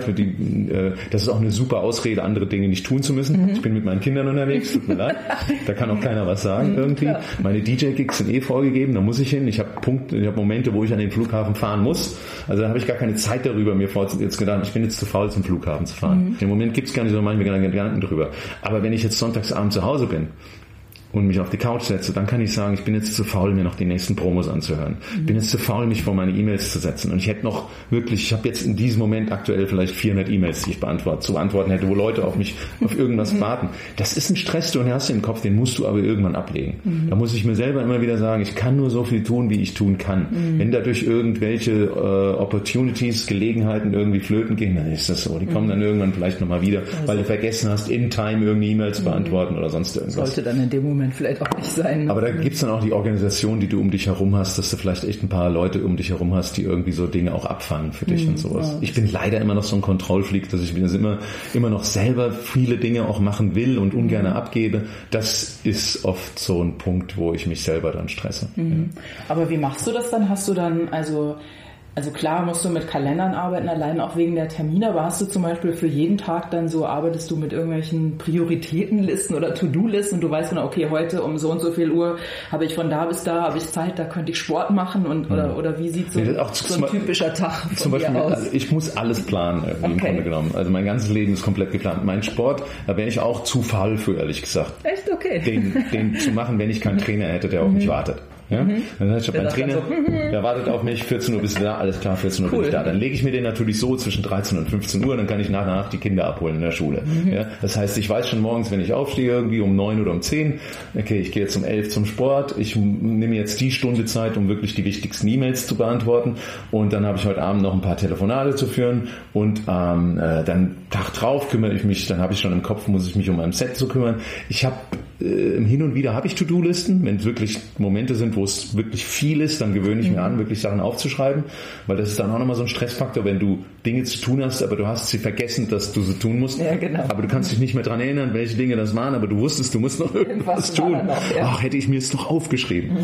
das ist auch eine super Ausrede, andere Dinge nicht tun zu müssen. Ich bin mit meinen Kindern unterwegs, tut mir leid, da kann auch keiner was sagen irgendwie. Meine DJ-Gigs sind vorgegeben, da muss ich hin. Ich habe Momente, wo ich an den Flughafen fahren muss. Also da habe ich gar keine Zeit darüber, mir jetzt gedacht, ich bin jetzt zu faul, zum Flughafen zu fahren. Im Moment gibt es gar nicht so manchmal Gedanken drüber. Aber wenn ich jetzt sonntagsabend zu Hause bin und mich auf die Couch setze, dann kann ich sagen, ich bin jetzt zu faul, mir noch die nächsten Promos anzuhören. Ich bin jetzt zu faul, mich vor meine E-Mails zu setzen. Und ich hätte noch wirklich, ich habe jetzt in diesem Moment aktuell vielleicht 400 E-Mails, die ich zu beantworten hätte, wo Leute auf irgendwas warten. Das ist ein Stress, den hast du im Kopf, den musst du aber irgendwann ablegen. Da muss ich mir selber immer wieder sagen, ich kann nur so viel tun, wie ich tun kann. Wenn dadurch irgendwelche Opportunities, Gelegenheiten irgendwie flöten gehen, dann ist das so. Die kommen dann irgendwann vielleicht nochmal wieder, weil du vergessen hast, in Time irgendwie E-Mails zu beantworten oder sonst irgendwas. Sollte dann in dem Moment vielleicht auch nicht sein. Aber da gibt's dann auch die Organisation, die du um dich herum hast, dass du vielleicht echt ein paar Leute um dich herum hast, die irgendwie so Dinge auch abfangen für dich und sowas. Ja. Ich bin leider immer noch so ein Kontrollfreak, dass ich mir das immer noch selber viele Dinge auch machen will und ungern abgebe. Das ist oft so ein Punkt, wo ich mich selber dann stresse. Ja. Aber wie machst du das dann? Hast du dann, also klar musst du mit Kalendern arbeiten, allein auch wegen der Termine, aber hast du zum Beispiel für jeden Tag dann so, arbeitest du mit irgendwelchen Prioritätenlisten oder To-Do-Listen und du weißt genau, okay, heute um so und so viel Uhr habe ich von da bis da, habe ich Zeit, da könnte ich Sport machen oder wie sieht so ein typischer Tag von dir aus? Also ich muss alles planen, im Grunde genommen. Also mein ganzes Leben ist komplett geplant. Mein Sport, da wäre ich auch zu faul für, ehrlich gesagt. Echt? Okay. Den zu machen, wenn ich keinen Trainer hätte, der auf mich wartet. Ja? Dann heißt, ich habe einen Trainer, der wartet auf mich, 14 Uhr bist du da, alles klar, 14 Uhr bin ich da. Dann lege ich mir den natürlich so zwischen 13 und 15 Uhr, dann kann ich nach die Kinder abholen in der Schule. Ja? Das heißt, ich weiß schon morgens, wenn ich aufstehe, irgendwie um 9 oder um 10, okay, ich gehe jetzt um 11 zum Sport, ich nehme jetzt die Stunde Zeit, um wirklich die wichtigsten E-Mails zu beantworten und dann habe ich heute Abend noch ein paar Telefonate zu führen und dann Tag drauf kümmere ich mich, dann habe ich schon im Kopf, muss ich mich um mein Set zu kümmern. Ich habe hin und wieder habe ich To-Do-Listen, wenn es wirklich Momente sind, wo es wirklich viel ist, dann gewöhne ich mir an, wirklich Sachen aufzuschreiben, weil das ist dann auch nochmal so ein Stressfaktor, wenn du Dinge zu tun hast, aber du hast sie vergessen, dass du sie tun musst, aber du kannst dich nicht mehr dran erinnern, welche Dinge das waren, aber du wusstest, du musst noch irgendwas tun. Ach, hätte ich mir es doch aufgeschrieben.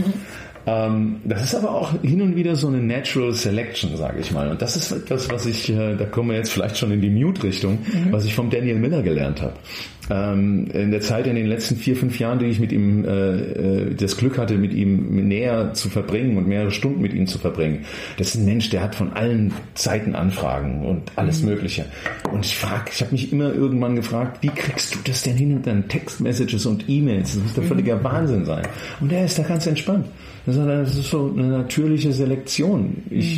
Das ist aber auch hin und wieder so eine Natural Selection, sage ich mal. Und das ist etwas, was ich, da kommen wir jetzt vielleicht schon in die Mute-Richtung, was ich vom Daniel Miller gelernt habe. In der Zeit, in den letzten 4-5 Jahren, die ich mit ihm das Glück hatte, mit ihm näher zu verbringen und mehrere Stunden mit ihm zu verbringen. Das ist ein Mensch, der hat von allen Seiten Anfragen und alles Mögliche. Und ich habe mich immer irgendwann gefragt, wie kriegst du das denn hin mit deinen Textmessages und E-Mails? Das muss doch völliger Wahnsinn sein. Und er ist da ganz entspannt. Das ist so eine natürliche Selektion.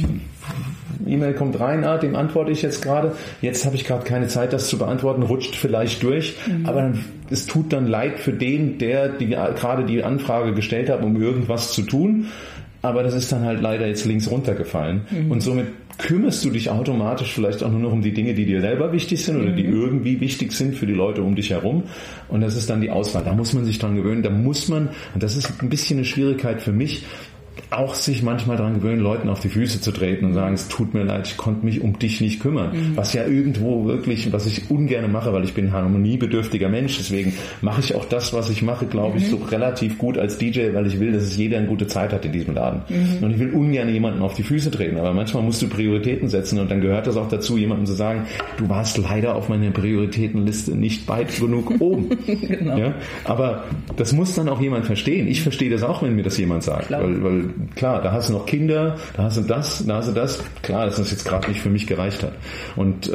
E-Mail kommt rein, dem antworte ich jetzt gerade. Jetzt habe ich gerade keine Zeit, das zu beantworten, rutscht vielleicht durch. Aber es tut dann leid für den, der gerade die Anfrage gestellt hat, um irgendwas zu tun. Aber das ist dann halt leider jetzt links runtergefallen. Und somit kümmerst du dich automatisch vielleicht auch nur noch um die Dinge, die dir selber wichtig sind oder die irgendwie wichtig sind für die Leute um dich herum. Und das ist dann die Auswahl. Da muss man sich dran gewöhnen. Da muss man, und das ist ein bisschen eine Schwierigkeit für mich, auch sich manchmal daran gewöhnen, Leuten auf die Füße zu treten und sagen, es tut mir leid, ich konnte mich um dich nicht kümmern. Was ja irgendwo wirklich, was ich ungern mache, weil ich bin ein harmoniebedürftiger Mensch, deswegen mache ich auch das, was ich mache, glaube ich, so relativ gut als DJ, weil ich will, dass es jeder eine gute Zeit hat in diesem Laden. Und ich will ungern jemanden auf die Füße treten, aber manchmal musst du Prioritäten setzen und dann gehört das auch dazu, jemandem zu sagen, du warst leider auf meiner Prioritätenliste nicht weit genug oben. Ja? Aber das muss dann auch jemand verstehen. Ich verstehe das auch, wenn mir das jemand sagt, weil klar, da hast du noch Kinder, da hast du das. Klar, dass das jetzt gerade nicht für mich gereicht hat. Und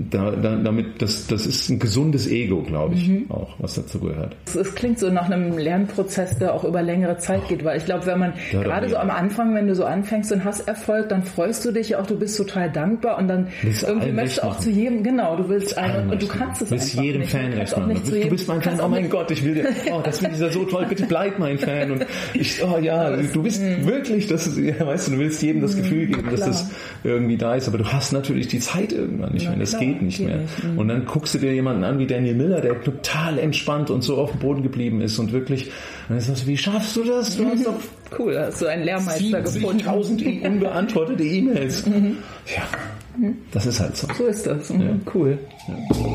das ist ein gesundes Ego, glaube ich, auch, was dazu gehört. Es klingt so nach einem Lernprozess, der auch über längere Zeit geht, weil ich glaube, wenn man gerade so am Anfang, wenn du so anfängst und hast Erfolg, dann freust du dich ja auch, du bist total dankbar und dann irgendwie möchtest du auch zu jedem, du willst und du kannst es einfach jedem nicht. Fan recht machen. Du bist mein Fan, oh mein Gott, ich will dir, das finde ich ja so toll, bitte bleib mein Fan und du bist Wirklich, weißt du willst jedem das Gefühl geben, dass das irgendwie da ist, aber du hast natürlich die Zeit irgendwann nicht mehr, das geht nicht mehr. Und dann guckst du dir jemanden an wie Daniel Miller, der total entspannt und so auf dem Boden geblieben ist und wirklich, und dann sagst du, wie schaffst du das? Du hast doch cool, hast du einen Lehrmeister gefunden. 70.000 unbeantwortete E-Mails. Ja, das ist halt so. So ist das. Ja. Cool. Ja.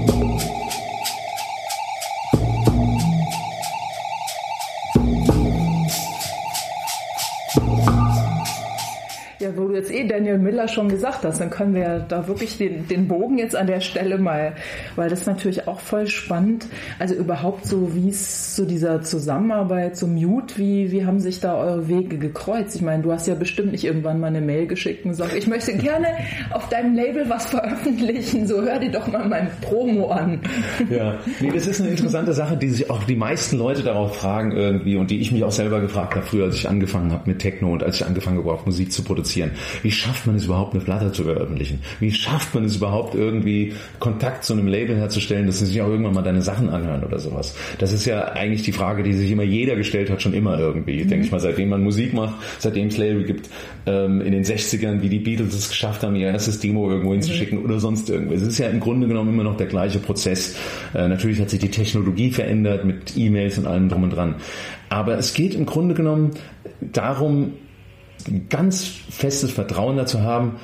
Ja, wo du jetzt Daniel Miller schon gesagt hast, dann können wir ja da wirklich den Bogen jetzt an der Stelle mal, weil das ist natürlich auch voll spannend. Also überhaupt so, wie es zu dieser Zusammenarbeit, so Mute, wie haben sich da eure Wege gekreuzt? Ich meine, du hast ja bestimmt nicht irgendwann mal eine Mail geschickt und gesagt, ich möchte gerne auf deinem Label was veröffentlichen, so hör dir doch mal mein Promo an. Ja, nee, das ist eine interessante Sache, die sich auch die meisten Leute darauf fragen irgendwie und die ich mich auch selber gefragt habe, früher als ich angefangen habe mit Techno und als ich angefangen habe, auch Musik zu produzieren. Wie schafft man es überhaupt, eine Platte zu veröffentlichen? Wie schafft man es überhaupt, irgendwie Kontakt zu einem Label herzustellen, dass sie sich auch irgendwann mal deine Sachen anhören oder sowas? Das ist ja eigentlich die Frage, die sich immer jeder gestellt hat, schon immer irgendwie. Denke ich mal, seitdem man Musik macht, seitdem es Label gibt, in den 60ern, wie die Beatles es geschafft haben, ihr erstes Demo irgendwo hinzuschicken oder sonst irgendwas. Es ist ja im Grunde genommen immer noch der gleiche Prozess. Natürlich hat sich die Technologie verändert mit E-Mails und allem drum und dran. Aber es geht im Grunde genommen darum, ein ganz festes Vertrauen dazu haben,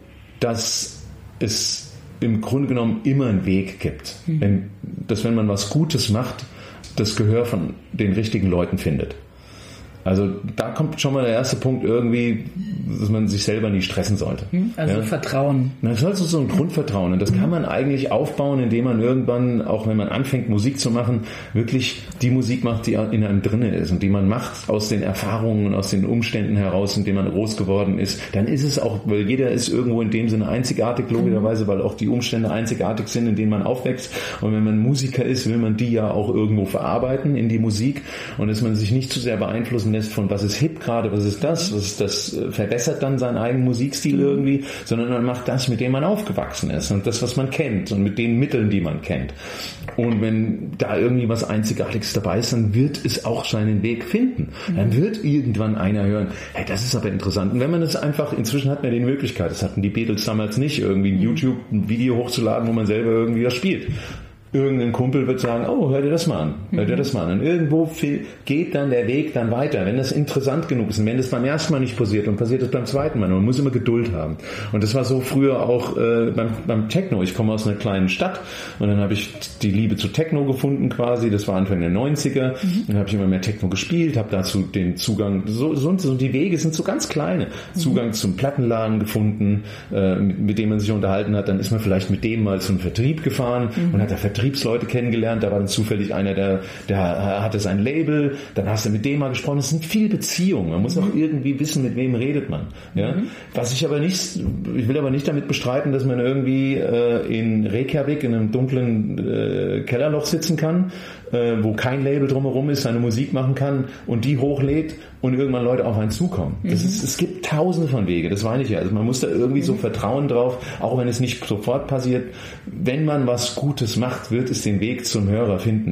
dass es im Grunde genommen immer einen Weg gibt. Dass wenn man was Gutes macht, das Gehör von den richtigen Leuten findet. Also da kommt schon mal der erste Punkt irgendwie, dass man sich selber nicht stressen sollte. Also Vertrauen. Das ist so ein Grundvertrauen und das kann man eigentlich aufbauen, indem man irgendwann, auch wenn man anfängt Musik zu machen, wirklich die Musik macht, die in einem drinne ist und die man macht aus den Erfahrungen und aus den Umständen heraus, in denen man groß geworden ist. Dann ist es auch, weil jeder ist irgendwo in dem Sinne einzigartig, logischerweise, weil auch die Umstände einzigartig sind, in denen man aufwächst. Und wenn man Musiker ist, will man die ja auch irgendwo verarbeiten in die Musik und dass man sich nicht zu sehr beeinflussen lässt von was ist hip gerade, was ist das verbessert dann seinen eigenen Musikstil irgendwie, sondern man macht das, mit dem man aufgewachsen ist und das, was man kennt und mit den Mitteln, die man kennt. Und wenn da irgendwie was Einzigartiges dabei ist, dann wird es auch seinen Weg finden. Dann wird irgendwann einer hören, hey, das ist aber interessant. Und wenn man es einfach, inzwischen hat man die Möglichkeit, das hatten die Beatles damals nicht, irgendwie in YouTube ein Video hochzuladen, wo man selber irgendwie was spielt. Irgendein Kumpel wird sagen, oh, hör dir das mal an, hör dir das mal an. Und irgendwo geht dann der Weg dann weiter, wenn das interessant genug ist. Und wenn das beim ersten Mal nicht passiert und passiert es beim zweiten Mal. Und man muss immer Geduld haben. Und das war so früher auch beim Techno. Ich komme aus einer kleinen Stadt und dann habe ich die Liebe zu Techno gefunden quasi. Das war Anfang der 90er. Dann habe ich immer mehr Techno gespielt, habe dazu den Zugang, so die Wege sind so ganz kleine. Zugang zum Plattenladen gefunden, mit dem man sich unterhalten hat. Dann ist man vielleicht mit dem mal zum Vertrieb gefahren und hat da Vertriebsleute kennengelernt, da war dann zufällig einer, der hatte sein Label, dann hast du mit dem mal gesprochen, es sind viele Beziehungen, man muss auch irgendwie wissen, mit wem redet man. Ja? Ich will aber nicht damit bestreiten, dass man irgendwie in Reykjavik in einem dunklen Kellerloch sitzen kann, wo kein Label drumherum ist, seine Musik machen kann und die hochlädt und irgendwann Leute auf einen zukommen. Es gibt tausende von Wege, das meine ich ja. Also man muss da irgendwie so Vertrauen drauf, auch wenn es nicht sofort passiert. Wenn man was Gutes macht, wird es den Weg zum Hörer finden.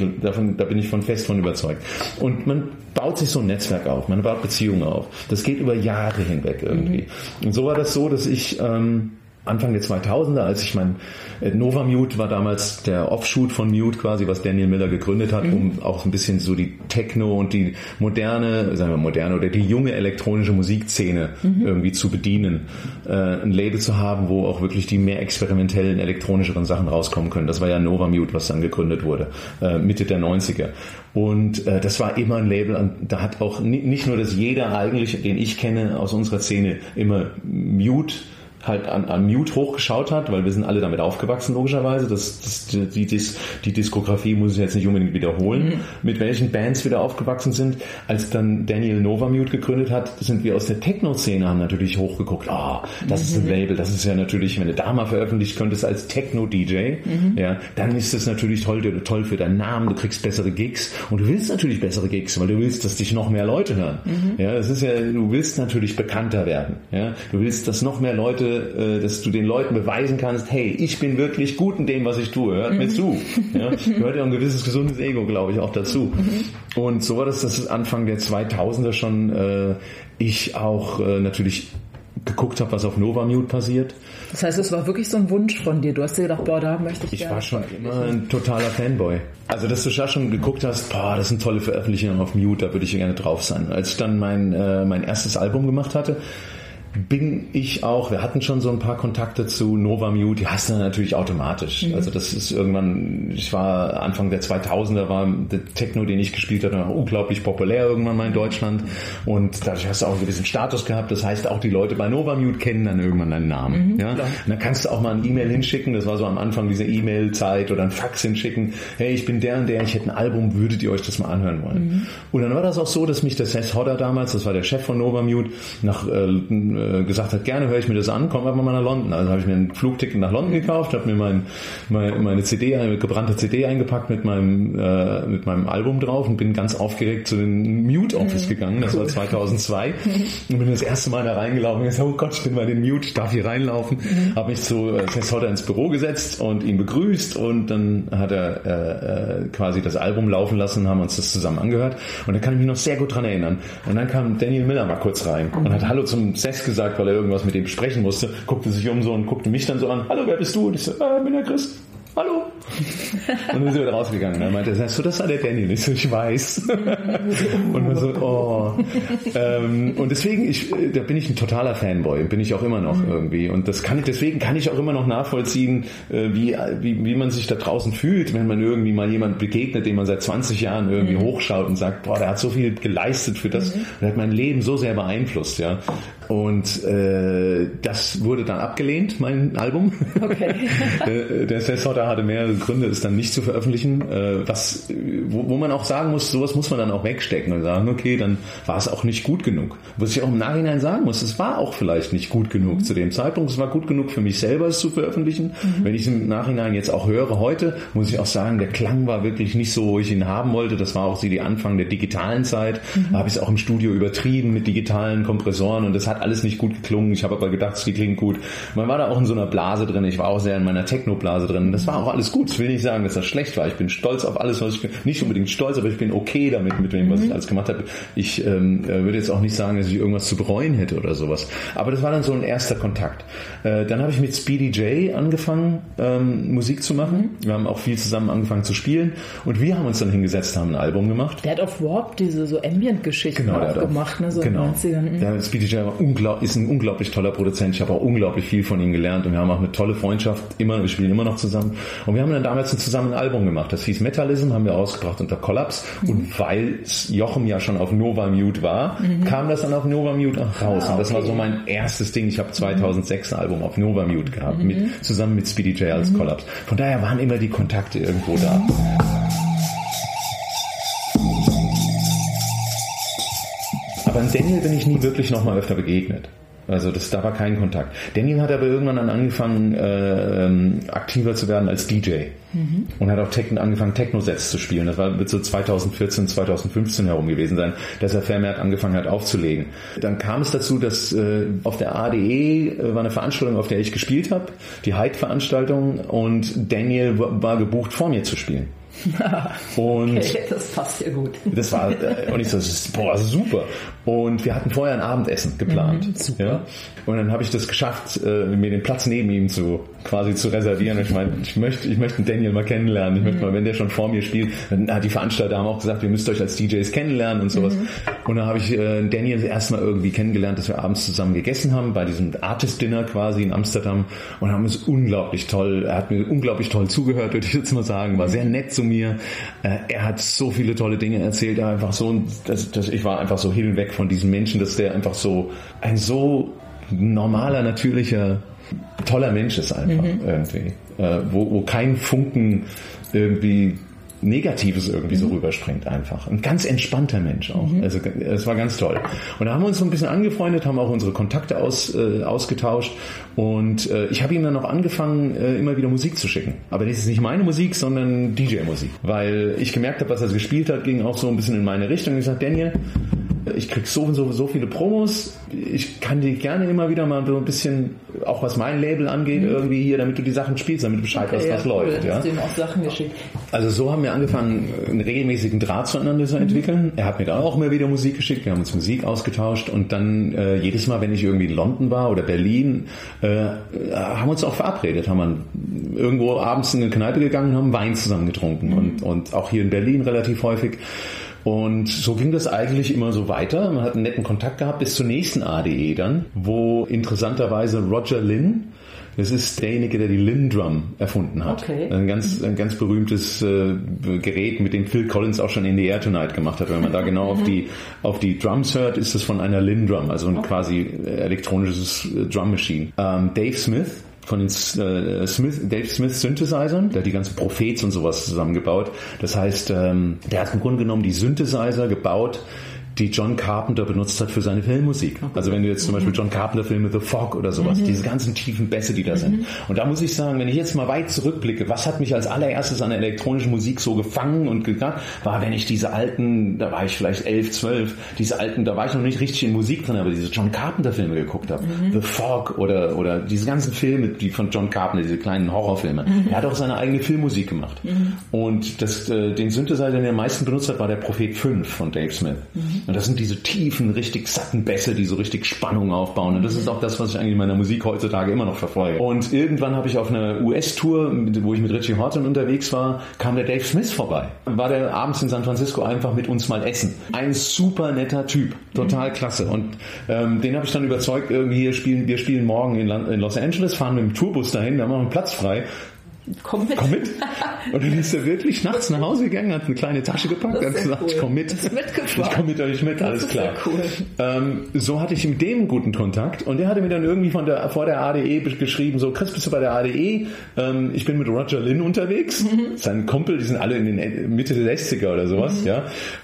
Da bin ich fest von überzeugt. Und man baut sich so ein Netzwerk auf, man baut Beziehungen auf. Das geht über Jahre hinweg irgendwie. Und so war das so, dass ich Anfang der 2000er, als ich Nova Mute war damals der Offshoot von Mute quasi, was Daniel Miller gegründet hat, um auch ein bisschen so die Techno und die moderne oder die junge elektronische Musikszene irgendwie zu bedienen. Ein Label zu haben, wo auch wirklich die mehr experimentellen, elektronischeren Sachen rauskommen können. Das war ja Nova Mute, was dann gegründet wurde, Mitte der 90er. Und das war immer ein Label, und da hat auch nicht nur, dass jeder eigentlich, den ich kenne aus unserer Szene, immer Mute halt an Mute hochgeschaut hat, weil wir sind alle damit aufgewachsen, logischerweise. Die Diskografie muss ich jetzt nicht unbedingt wiederholen, mit welchen Bands wir da aufgewachsen sind. Als dann Daniel Nova Mute gegründet hat, sind wir aus der Techno-Szene, haben natürlich hochgeguckt, das ist ein Label, das ist ja natürlich, wenn du da mal veröffentlicht könntest als Techno-DJ, ja, dann ist das natürlich toll für deinen Namen, du kriegst bessere Gigs und du willst natürlich bessere Gigs, weil du willst, dass dich noch mehr Leute hören. Ja, das ist ja, du willst natürlich bekannter werden. Ja, du willst, dass noch mehr Leute dass du den Leuten beweisen kannst, hey, ich bin wirklich gut in dem, was ich tue, hört mir zu. Ja? Gehört ja ein gewisses gesundes Ego, glaube ich, auch dazu. Und so war das Anfang der 2000er schon, ich auch natürlich geguckt habe, was auf Novamute passiert. Das heißt, es war wirklich so ein Wunsch von dir. Du hast dir gedacht, boah, da möchte ich Ich war schon immer ein totaler Fanboy. Also, dass du schon geguckt hast, boah, das sind tolle Veröffentlichungen auf Mute, da würde ich gerne drauf sein. Als ich dann mein erstes Album gemacht hatte, wir hatten schon so ein paar Kontakte zu Novamute, die hast du dann natürlich automatisch. Also das ist irgendwann, ich war Anfang der 2000er, war der Techno, den ich gespielt hatte, unglaublich populär irgendwann mal in Deutschland und dadurch hast du auch einen gewissen Status gehabt. Das heißt, auch die Leute bei Novamute kennen dann irgendwann deinen Namen. Ja? Und dann kannst du auch mal ein E-Mail hinschicken, das war so am Anfang dieser E-Mail-Zeit, oder ein Fax hinschicken, hey, ich bin der und der, ich hätte ein Album, würdet ihr euch das mal anhören wollen? Und dann war das auch so, dass mich der Seth Hodder damals, das war der Chef von Novamute, gesagt hat, gerne höre ich mir das an, komm einfach mal nach London. Also habe ich mir ein Flugticket nach London gekauft, habe mir meine CD, gebrannte CD eingepackt mit meinem Album drauf und bin ganz aufgeregt zu den Mute Office gegangen. Das war 2002 und bin das erste Mal da reingelaufen und gesagt, oh Gott, ich bin bei den Mute, ich darf hier reinlaufen. Habe mich zu Seth Hodder ins Büro gesetzt und ihn begrüßt und dann hat er quasi das Album laufen lassen, haben uns das zusammen angehört und da kann ich mich noch sehr gut dran erinnern. Und dann kam Daniel Miller mal kurz rein und hat Hallo zum Seth gesagt, weil er irgendwas mit dem besprechen musste, guckte sich um so und guckte mich dann so an, hallo, wer bist du? Und ich so, bin der Chris. Hallo. Und dann sind wir rausgegangen. Dann meinte er, das war der Daniel. Ich so, ich weiß. Und man so, oh. Und deswegen, da bin ich ein totaler Fanboy. Bin ich auch immer noch irgendwie. Und deswegen kann ich auch immer noch nachvollziehen, wie man sich da draußen fühlt, wenn man irgendwie mal jemand begegnet, den man seit 20 Jahren irgendwie hochschaut und sagt, boah, der hat so viel geleistet für das, der hat mein Leben so sehr beeinflusst, ja. Und das wurde dann abgelehnt, mein Album. Okay. Der Seth Hodder hatte mehrere Gründe, es dann nicht zu veröffentlichen, wo man auch sagen muss, sowas muss man dann auch wegstecken und sagen, okay, dann war es auch nicht gut genug. Was ich auch im Nachhinein sagen muss, es war auch vielleicht nicht gut genug zu dem Zeitpunkt, es war gut genug für mich selber, es zu veröffentlichen. Wenn ich es im Nachhinein jetzt auch höre heute, muss ich auch sagen, der Klang war wirklich nicht so, wo ich ihn haben wollte. Das war auch die Anfang der digitalen Zeit. Da habe ich es auch im Studio übertrieben mit digitalen Kompressoren und das hat alles nicht gut geklungen. Ich habe aber gedacht, die klingt gut. Man war da auch in so einer Blase drin. Ich war auch sehr in meiner Techno-Blase drin. Das war auch alles gut. Ich will nicht sagen, dass das schlecht war. Ich bin stolz auf alles, was ich, nicht unbedingt stolz, aber ich bin okay damit, mit dem, was ich alles gemacht habe. Ich würde jetzt auch nicht sagen, dass ich irgendwas zu bereuen hätte oder sowas. Aber das war dann so ein erster Kontakt. Dann habe ich mit Speedy J angefangen, Musik zu machen. Wir haben auch viel zusammen angefangen zu spielen und wir haben uns dann hingesetzt, haben ein Album gemacht. Der hat auf Warp diese so Ambient-Geschichten auch gemacht, ne? So genau. In den 90ern. Ja, Speedy J ist ein unglaublich toller Produzent. Ich habe auch unglaublich viel von ihm gelernt und wir haben auch eine tolle Freundschaft. Wir spielen immer noch zusammen. Und wir haben dann damals zusammen ein Album gemacht. Das hieß Metalism, haben wir rausgebracht unter Collapse. Und weil Jochem ja schon auf Novamute war, kam das dann auf Novamute raus. Und das war so mein erstes Ding. Ich habe 2006 ein Album auf Novamute gehabt, zusammen mit Speedy J als Collapse. Von daher waren immer die Kontakte irgendwo da. Aber an Daniel bin ich nie wirklich nochmal öfter begegnet. Also da war kein Kontakt. Daniel hat aber irgendwann dann angefangen, aktiver zu werden als DJ. Und hat auch angefangen, Techno-Sets zu spielen. Das wird so 2014, 2015 herum gewesen sein, dass er vermehrt angefangen hat aufzulegen. Dann kam es dazu, dass auf der ADE war eine Veranstaltung, auf der ich gespielt habe, die Hyde-Veranstaltung, und Daniel war gebucht, vor mir zu spielen. Und okay, das passt ja gut. Das war, und ich so, super. Und wir hatten vorher ein Abendessen geplant. Super. Ja? Und dann habe ich das geschafft, mir den Platz neben ihm zu reservieren. Ich meine, ich möchte Daniel mal kennenlernen. Ich möchte mal, wenn der schon vor mir spielt, dann hat die Veranstalter haben auch gesagt, ihr müsst euch als DJs kennenlernen und sowas. Und dann habe ich Daniel erstmal irgendwie kennengelernt, dass wir abends zusammen gegessen haben, bei diesem Artist Dinner quasi in Amsterdam, und haben es unglaublich toll, er hat mir unglaublich toll zugehört, würde ich jetzt mal sagen, war sehr nett zu mir. Er hat so viele tolle Dinge erzählt, er einfach so, ich war einfach so hin und weg von diesem Menschen, dass der einfach so ein so normaler, natürlicher, toller Mensch ist einfach irgendwie, wo kein Funken irgendwie Negatives irgendwie so rüberspringt einfach. Ein ganz entspannter Mensch auch. Also es war ganz toll. Und da haben wir uns so ein bisschen angefreundet, haben auch unsere Kontakte ausgetauscht, und ich habe ihm dann auch angefangen, immer wieder Musik zu schicken. Aber das ist nicht meine Musik, sondern DJ-Musik. Weil ich gemerkt habe, was er gespielt hat, ging auch so ein bisschen in meine Richtung. Und ich sagte, Daniel, Ich krieg so viele Promos. Ich kann dir gerne immer wieder mal so ein bisschen, auch was mein Label angeht, irgendwie hier, damit du die Sachen spielst, damit du Bescheid weißt, was läuft. Ja, hast du ihm auch Sachen geschickt. Also so haben wir angefangen, einen regelmäßigen Draht zueinander zu entwickeln. Er hat mir dann auch immer wieder Musik geschickt. Wir haben uns Musik ausgetauscht und dann jedes Mal, wenn ich irgendwie in London war oder Berlin, haben wir uns auch verabredet, haben wir irgendwo abends in eine Kneipe gegangen und haben Wein zusammen getrunken und auch hier in Berlin relativ häufig. Und so ging das eigentlich immer so weiter. Man hat einen netten Kontakt gehabt bis zur nächsten ADE dann, wo interessanterweise Roger Linn, das ist derjenige, der die Linn Drum erfunden hat. Okay. Ein ganz berühmtes Gerät, mit dem Phil Collins auch schon In the Air Tonight gemacht hat. Wenn man da genau auf die Drums hört, ist das von einer Linn Drum, also ein quasi elektronisches Drum Machine. Dave Smith von den Dave Smith Synthesizern, der hat die ganzen Prophets und sowas zusammengebaut. Das heißt, der hat im Grunde genommen die Synthesizer gebaut, die John Carpenter benutzt hat für seine Filmmusik. Okay. Also wenn du jetzt zum Beispiel John Carpenter Filme The Fog oder sowas, diese ganzen tiefen Bässe, die da sind. Und da muss ich sagen, wenn ich jetzt mal weit zurückblicke, was hat mich als allererstes an der elektronischen Musik so gefangen und gegangen, war, wenn ich diese alten, da war ich vielleicht 11, 12, diese alten, da war ich noch nicht richtig in Musik drin, aber diese John Carpenter Filme geguckt habe. The Fog oder diese ganzen Filme, die von John Carpenter, diese kleinen Horrorfilme. Er hat auch seine eigene Filmmusik gemacht. Und den Synthesizer, den er am meisten benutzt hat, war der Prophet 5 von Dave Smith. Und das sind diese tiefen, richtig satten Bässe, die so richtig Spannung aufbauen. Und das ist auch das, was ich eigentlich in meiner Musik heutzutage immer noch verfolge. Und irgendwann habe ich auf einer US-Tour, wo ich mit Richie Horton unterwegs war, kam der Dave Smith vorbei. War der abends in San Francisco einfach mit uns mal essen. Ein super netter Typ. Total klasse. Und den habe ich dann überzeugt, irgendwie wir spielen morgen in Los Angeles, fahren mit dem Tourbus dahin, da haben wir einen Platz frei. Komm mit. Und dann ist er wirklich nachts nach Hause gegangen, hat eine kleine Tasche gepackt, hat gesagt, cool. Ich komme mit. Ich komme mit euch mit, alles klar. Cool. So hatte ich mit dem einen guten Kontakt und der hatte mir dann irgendwie vor der ADE geschrieben, so, Chris, bist du bei der ADE? Ich bin mit Roger Linn unterwegs. Sein Kumpel, die sind alle in den Mitte der 60er oder sowas, ja.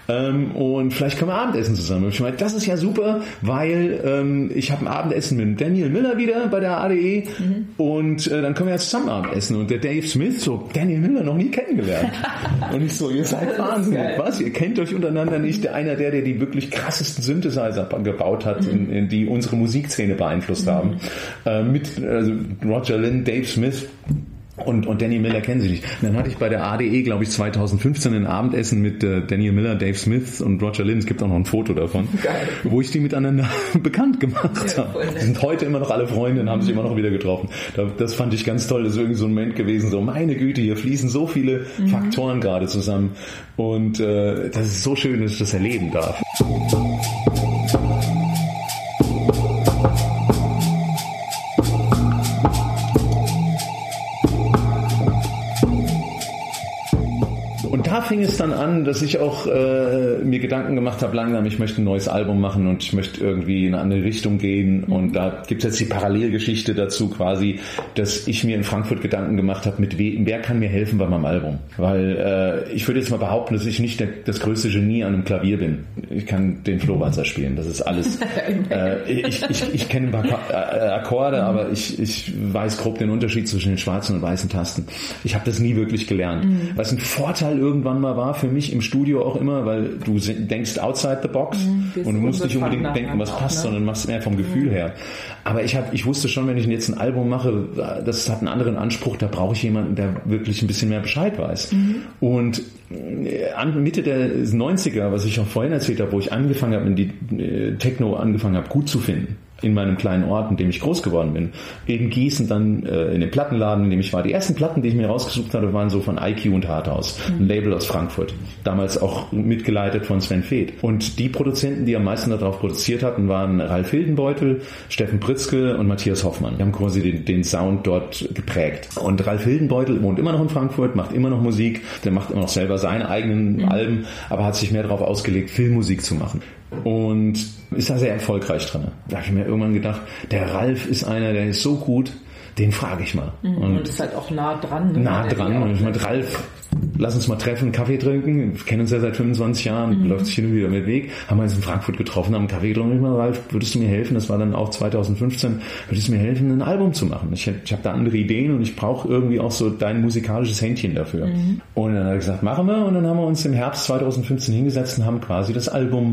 Und vielleicht können wir Abendessen zusammen. Und ich meinte, das ist ja super, weil ich habe ein Abendessen mit Daniel Miller wieder bei der ADE und dann können wir ja zusammen Abendessen. Und der Dave Smith, so, Daniel Miller noch nie kennengelernt. Und ich so, ihr seid wahnsinnig. Was? Ihr kennt euch untereinander nicht. Einer der die wirklich krassesten Synthesizer gebaut hat, in die unsere Musikszene beeinflusst haben. Also Roger Linn, Dave Smith und Daniel Miller kennen sie nicht. Und dann hatte ich bei der ADE, glaube ich, 2015 ein Abendessen mit Daniel Miller, Dave Smith und Roger Linn. Es gibt auch noch ein Foto davon, wo ich die miteinander bekannt gemacht habe. Die sind heute immer noch alle Freunde und haben sich immer noch wieder getroffen. Das fand ich ganz toll. Das ist irgendwie so ein Moment gewesen, so meine Güte, hier fließen so viele Faktoren gerade zusammen. Und das ist so schön, dass ich das erleben darf. Da fing es dann an, dass ich auch mir Gedanken gemacht habe, langsam, ich möchte ein neues Album machen und ich möchte irgendwie in eine andere Richtung gehen. Und da gibt es jetzt die Parallelgeschichte dazu quasi, dass ich mir in Frankfurt Gedanken gemacht habe, wer kann mir helfen bei meinem Album. Weil ich würde jetzt mal behaupten, dass ich nicht das größte Genie an einem Klavier bin. Ich kann den Flohwalzer spielen, das ist alles. Ich kenne ein paar Akkorde, aber ich weiß grob den Unterschied zwischen den schwarzen und weißen Tasten. Ich habe das nie wirklich gelernt. Was ein Vorteil irgendwann mal war für mich im Studio auch immer, weil du denkst outside the box und du musst nicht unbedingt denken, was passt, sondern machst mehr vom Gefühl her. Aber ich wusste schon, wenn ich jetzt ein Album mache, das hat einen anderen Anspruch, da brauche ich jemanden, der wirklich ein bisschen mehr Bescheid weiß. Und Mitte der 90er, was ich auch vorhin erzählt habe, wo ich angefangen habe, in die Techno angefangen habe, gut zu finden, in meinem kleinen Ort, in dem ich groß geworden bin. In Gießen dann in dem Plattenladen, in dem ich war. Die ersten Platten, die ich mir rausgesucht hatte, waren so von IQ und Harthaus, ein Label aus Frankfurt. Damals auch mitgeleitet von Sven Feth. Und die Produzenten, die am meisten darauf produziert hatten, waren Ralf Hildenbeutel, Steffen Pritzke und Matthias Hoffmann. Die haben quasi den Sound dort geprägt. Und Ralf Hildenbeutel wohnt immer noch in Frankfurt, macht immer noch Musik, der macht immer noch selber seine eigenen Alben, aber hat sich mehr darauf ausgelegt, Filmmusik zu machen. Und ist da sehr erfolgreich drin. Da habe ich mir irgendwann gedacht, der Ralf ist einer, der ist so gut, den frage ich mal. Und ist halt auch nah dran. Ne? Nah dran. Und ich meinte, Ralf, lass uns mal treffen, Kaffee trinken. Wir kennen uns ja seit 25 Jahren, läuft sich hin und wieder mit Weg. Haben wir uns in Frankfurt getroffen, haben einen Kaffee getrunken. Und ich meinte, Ralf, würdest du mir helfen? Das war dann auch 2015. Würdest du mir helfen, ein Album zu machen? Ich habe da andere Ideen und ich brauche irgendwie auch so dein musikalisches Händchen dafür. Und dann hat er gesagt, machen wir. Und dann haben wir uns im Herbst 2015 hingesetzt und haben quasi das Album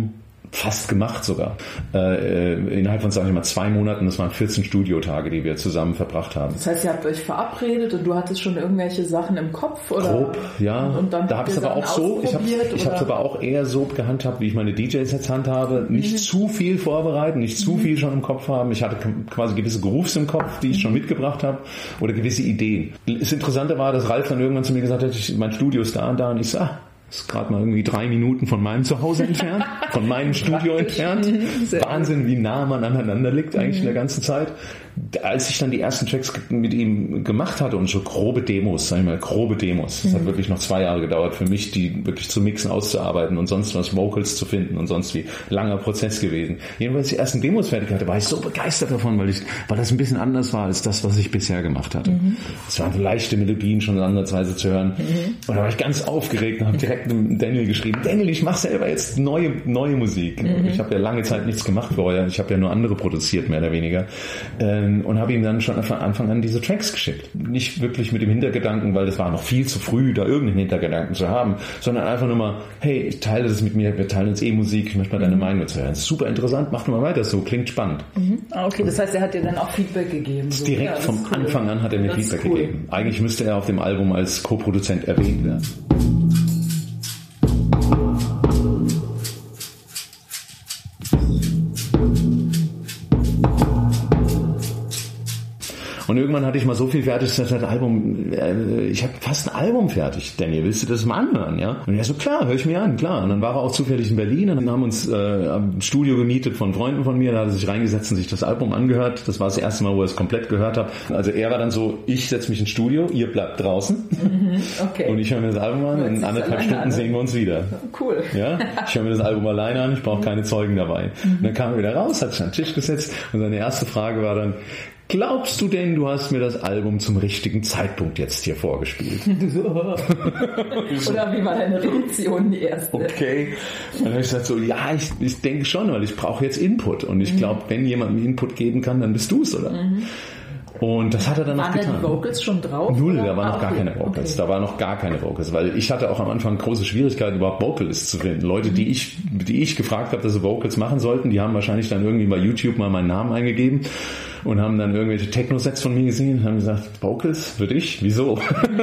fast gemacht sogar. Innerhalb von, sage ich mal, 2 Monaten, das waren 14 Studiotage, die wir zusammen verbracht haben. Das heißt, ihr habt euch verabredet und du hattest schon irgendwelche Sachen im Kopf? Oder? Grob, ja. Und dann da habe ich es aber auch so, ich habe es aber auch eher so gehandhabt, wie ich meine DJs jetzt handhabe. Nicht zu viel vorbereiten, nicht zu viel schon im Kopf haben. Ich hatte quasi gewisse Grooves im Kopf, die ich schon mitgebracht habe, oder gewisse Ideen. Das Interessante war, dass Ralf dann irgendwann zu mir gesagt hat, mein Studio ist da und da, und ich so, ist gerade mal irgendwie 3 Minuten von meinem Zuhause entfernt, von meinem Studio entfernt. Wahnsinn, wie nah man aneinander liegt eigentlich in der ganzen Zeit. Als ich dann die ersten Tracks mit ihm gemacht hatte und so grobe Demos, das hat wirklich noch 2 Jahre gedauert für mich, die wirklich zu mixen, auszuarbeiten und sonst was, Vocals zu finden und sonst wie. Langer Prozess gewesen. Jedenfalls die ersten Demos fertig hatte, war ich so begeistert davon, weil das ein bisschen anders war als das, was ich bisher gemacht hatte. Es waren leichte Melodien schon ansatzweise zu hören. Und da war ich ganz aufgeregt und habe direkt mit Daniel geschrieben, Daniel, ich mache selber jetzt neue Musik. Ich habe ja lange Zeit nichts gemacht vorher, ich habe ja nur andere produziert, mehr oder weniger. Und habe ihm dann schon von Anfang an diese Tracks geschickt. Nicht wirklich mit dem Hintergedanken, weil das war noch viel zu früh, da irgendeinen Hintergedanken zu haben, sondern einfach nur mal, hey, ich teile das mit mir, wir teilen uns Musik, ich möchte mal deine Meinung dazu hören. Super interessant, mach mal weiter so, klingt spannend. Okay, das heißt, er hat dir dann auch Feedback gegeben. So. Direkt vom Anfang an hat er mir Feedback gegeben. Eigentlich müsste er auf dem Album als Co-Produzent erwähnt werden. Und irgendwann hatte ich mal so viel fertig, dass ich ich habe fast ein Album fertig. Daniel, willst du das mal anhören? Ja? Und er so, klar, höre ich mir an, klar. Und dann war er auch zufällig in Berlin und dann haben uns ein Studio gemietet von Freunden von mir. Da hat er sich reingesetzt und sich das Album angehört. Das war das erste Mal, wo er es komplett gehört hat. Also er war dann so, ich setze mich ins Studio, ihr bleibt draußen. Okay. Und ich höre mir das Album an und in 1,5 Stunden sehen wir uns wieder. Cool. Ja? Ich höre mir das Album alleine an, ich brauche keine Zeugen dabei. Und dann kam er wieder raus, hat sich an den Tisch gesetzt und seine erste Frage war dann, glaubst du denn, du hast mir das Album zum richtigen Zeitpunkt jetzt hier vorgespielt? Oder wie war deine Reaktion, die erste? Okay. Und dann habe ich gesagt so, ja, ich denke schon, weil ich brauche jetzt Input. Und ich glaube, wenn jemand mir Input geben kann, dann bist du es, oder? Und das hat er dann noch getan. Waren da die Vocals schon drauf? Null, da waren noch gar keine Vocals. Da war noch gar keine Vocals, weil ich hatte auch am Anfang große Schwierigkeiten, überhaupt Vocalists zu finden. Leute, die ich gefragt habe, dass sie Vocals machen sollten, die haben wahrscheinlich dann irgendwie bei YouTube mal meinen Namen eingegeben und haben dann irgendwelche Techno-Sets von mir gesehen und haben gesagt, Vocals für dich? Wieso?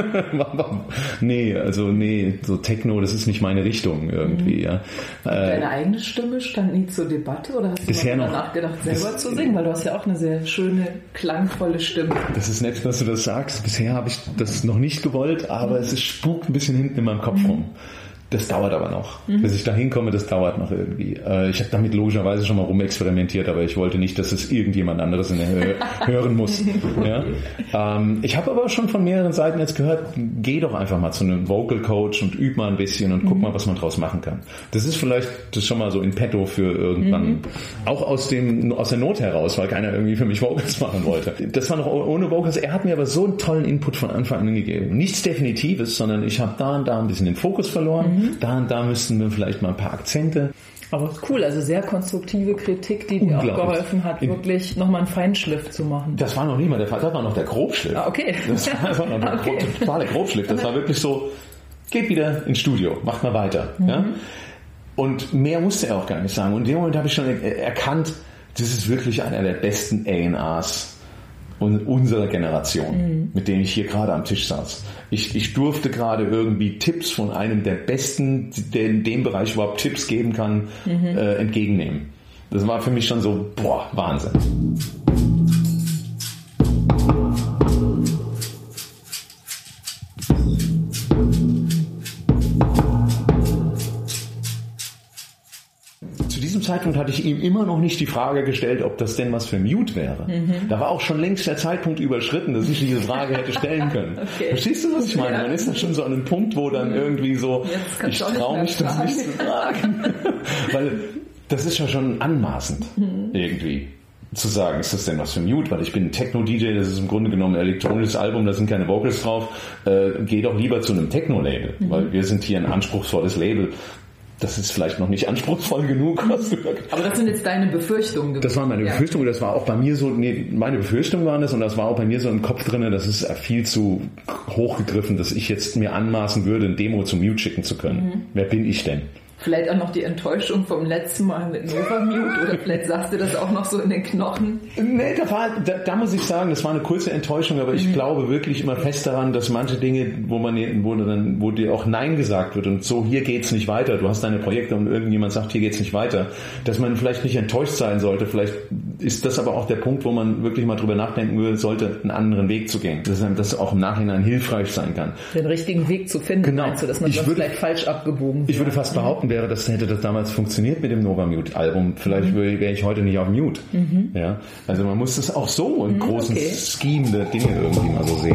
Nee, so Techno, das ist nicht meine Richtung irgendwie. Ja. Deine eigene Stimme stand nie zur Debatte oder hast du bisher mal nachgedacht, selber zu singen? Weil du hast ja auch eine sehr schöne, klangvolle Stimme. Das ist nett, dass du das sagst. Bisher habe ich das noch nicht gewollt, aber es spukt ein bisschen hinten in meinem Kopf rum. Das dauert aber noch. Bis ich da hinkomme, das dauert noch irgendwie. Ich habe damit logischerweise schon mal rumexperimentiert, aber ich wollte nicht, dass es irgendjemand anderes hören muss. Ja? Ich habe aber schon von mehreren Seiten jetzt gehört, geh doch einfach mal zu einem Vocal Coach und üb mal ein bisschen und guck mal, was man draus machen kann. Das ist vielleicht schon mal so in petto für irgendwann. Auch aus der Not heraus, weil keiner irgendwie für mich Vocals machen wollte. Das war noch ohne Vocals. Er hat mir aber so einen tollen Input von Anfang an gegeben. Nichts Definitives, sondern ich habe da und da ein bisschen den Fokus verloren. Da und da müssten wir vielleicht mal ein paar Akzente. Aber cool, also sehr konstruktive Kritik, die dir auch geholfen hat, wirklich nochmal einen Feinschliff zu machen. Das war noch nicht mal der Fall, das war noch der Grobschliff. Ah, okay. Das war noch der totale Grobschliff. Das war wirklich so, geht wieder ins Studio, macht mal weiter. Ja? Und mehr musste er auch gar nicht sagen. Und in dem Moment habe ich schon erkannt, das ist wirklich einer der besten A&Rs unserer Generation, mit denen ich hier gerade am Tisch saß. Ich durfte gerade irgendwie Tipps von einem der Besten, der in dem Bereich überhaupt Tipps geben kann, entgegennehmen. Das war für mich schon so, Wahnsinn. Zu diesem Zeitpunkt hatte ich ihm immer noch nicht die Frage gestellt, ob das denn was für Mute wäre. Da war auch schon längst der Zeitpunkt überschritten, dass ich diese Frage hätte stellen können. Okay. Verstehst du, was ich meine? Man ist dann schon so an einem Punkt, wo dann irgendwie so, ich traue mich das nicht zu fragen. Weil das ist ja schon anmaßend irgendwie. Zu sagen, ist das denn was für Mute? Weil ich bin ein Techno-DJ, das ist im Grunde genommen ein elektronisches Album, da sind keine Vocals drauf. Geh doch lieber zu einem Techno-Label, weil wir sind hier ein anspruchsvolles Label. Das ist vielleicht noch nicht anspruchsvoll genug. Aber das sind jetzt deine Befürchtungen. Das waren meine Befürchtungen, das war auch bei mir so, meine Befürchtungen waren das und das war auch bei mir so im Kopf drin, das ist viel zu hochgegriffen, dass ich jetzt mir anmaßen würde, ein Demo zum Mute schicken zu können. Wer bin ich denn? Vielleicht auch noch die Enttäuschung vom letzten Mal mit Novamute oder vielleicht sagst du das auch noch so in den Knochen? Nee, da muss ich sagen, das war eine kurze Enttäuschung, aber ich glaube wirklich immer fest daran, dass manche Dinge, wo dir auch Nein gesagt wird und so, hier geht's nicht weiter, du hast deine Projekte und irgendjemand sagt, hier geht's nicht weiter, dass man vielleicht nicht enttäuscht sein sollte, vielleicht ist das aber auch der Punkt, wo man wirklich mal drüber nachdenken sollte, einen anderen Weg zu gehen, dass das auch im Nachhinein hilfreich sein kann. Den richtigen Weg zu finden, genau. Meinst du, dass man vielleicht falsch abgebogen wird? Ich würde fast behaupten, hätte das damals funktioniert mit dem Novamute-Album. Vielleicht wäre ich heute nicht auf Mute. Ja? Also man muss das auch so im großen Scheme der Dinge irgendwie mal so sehen.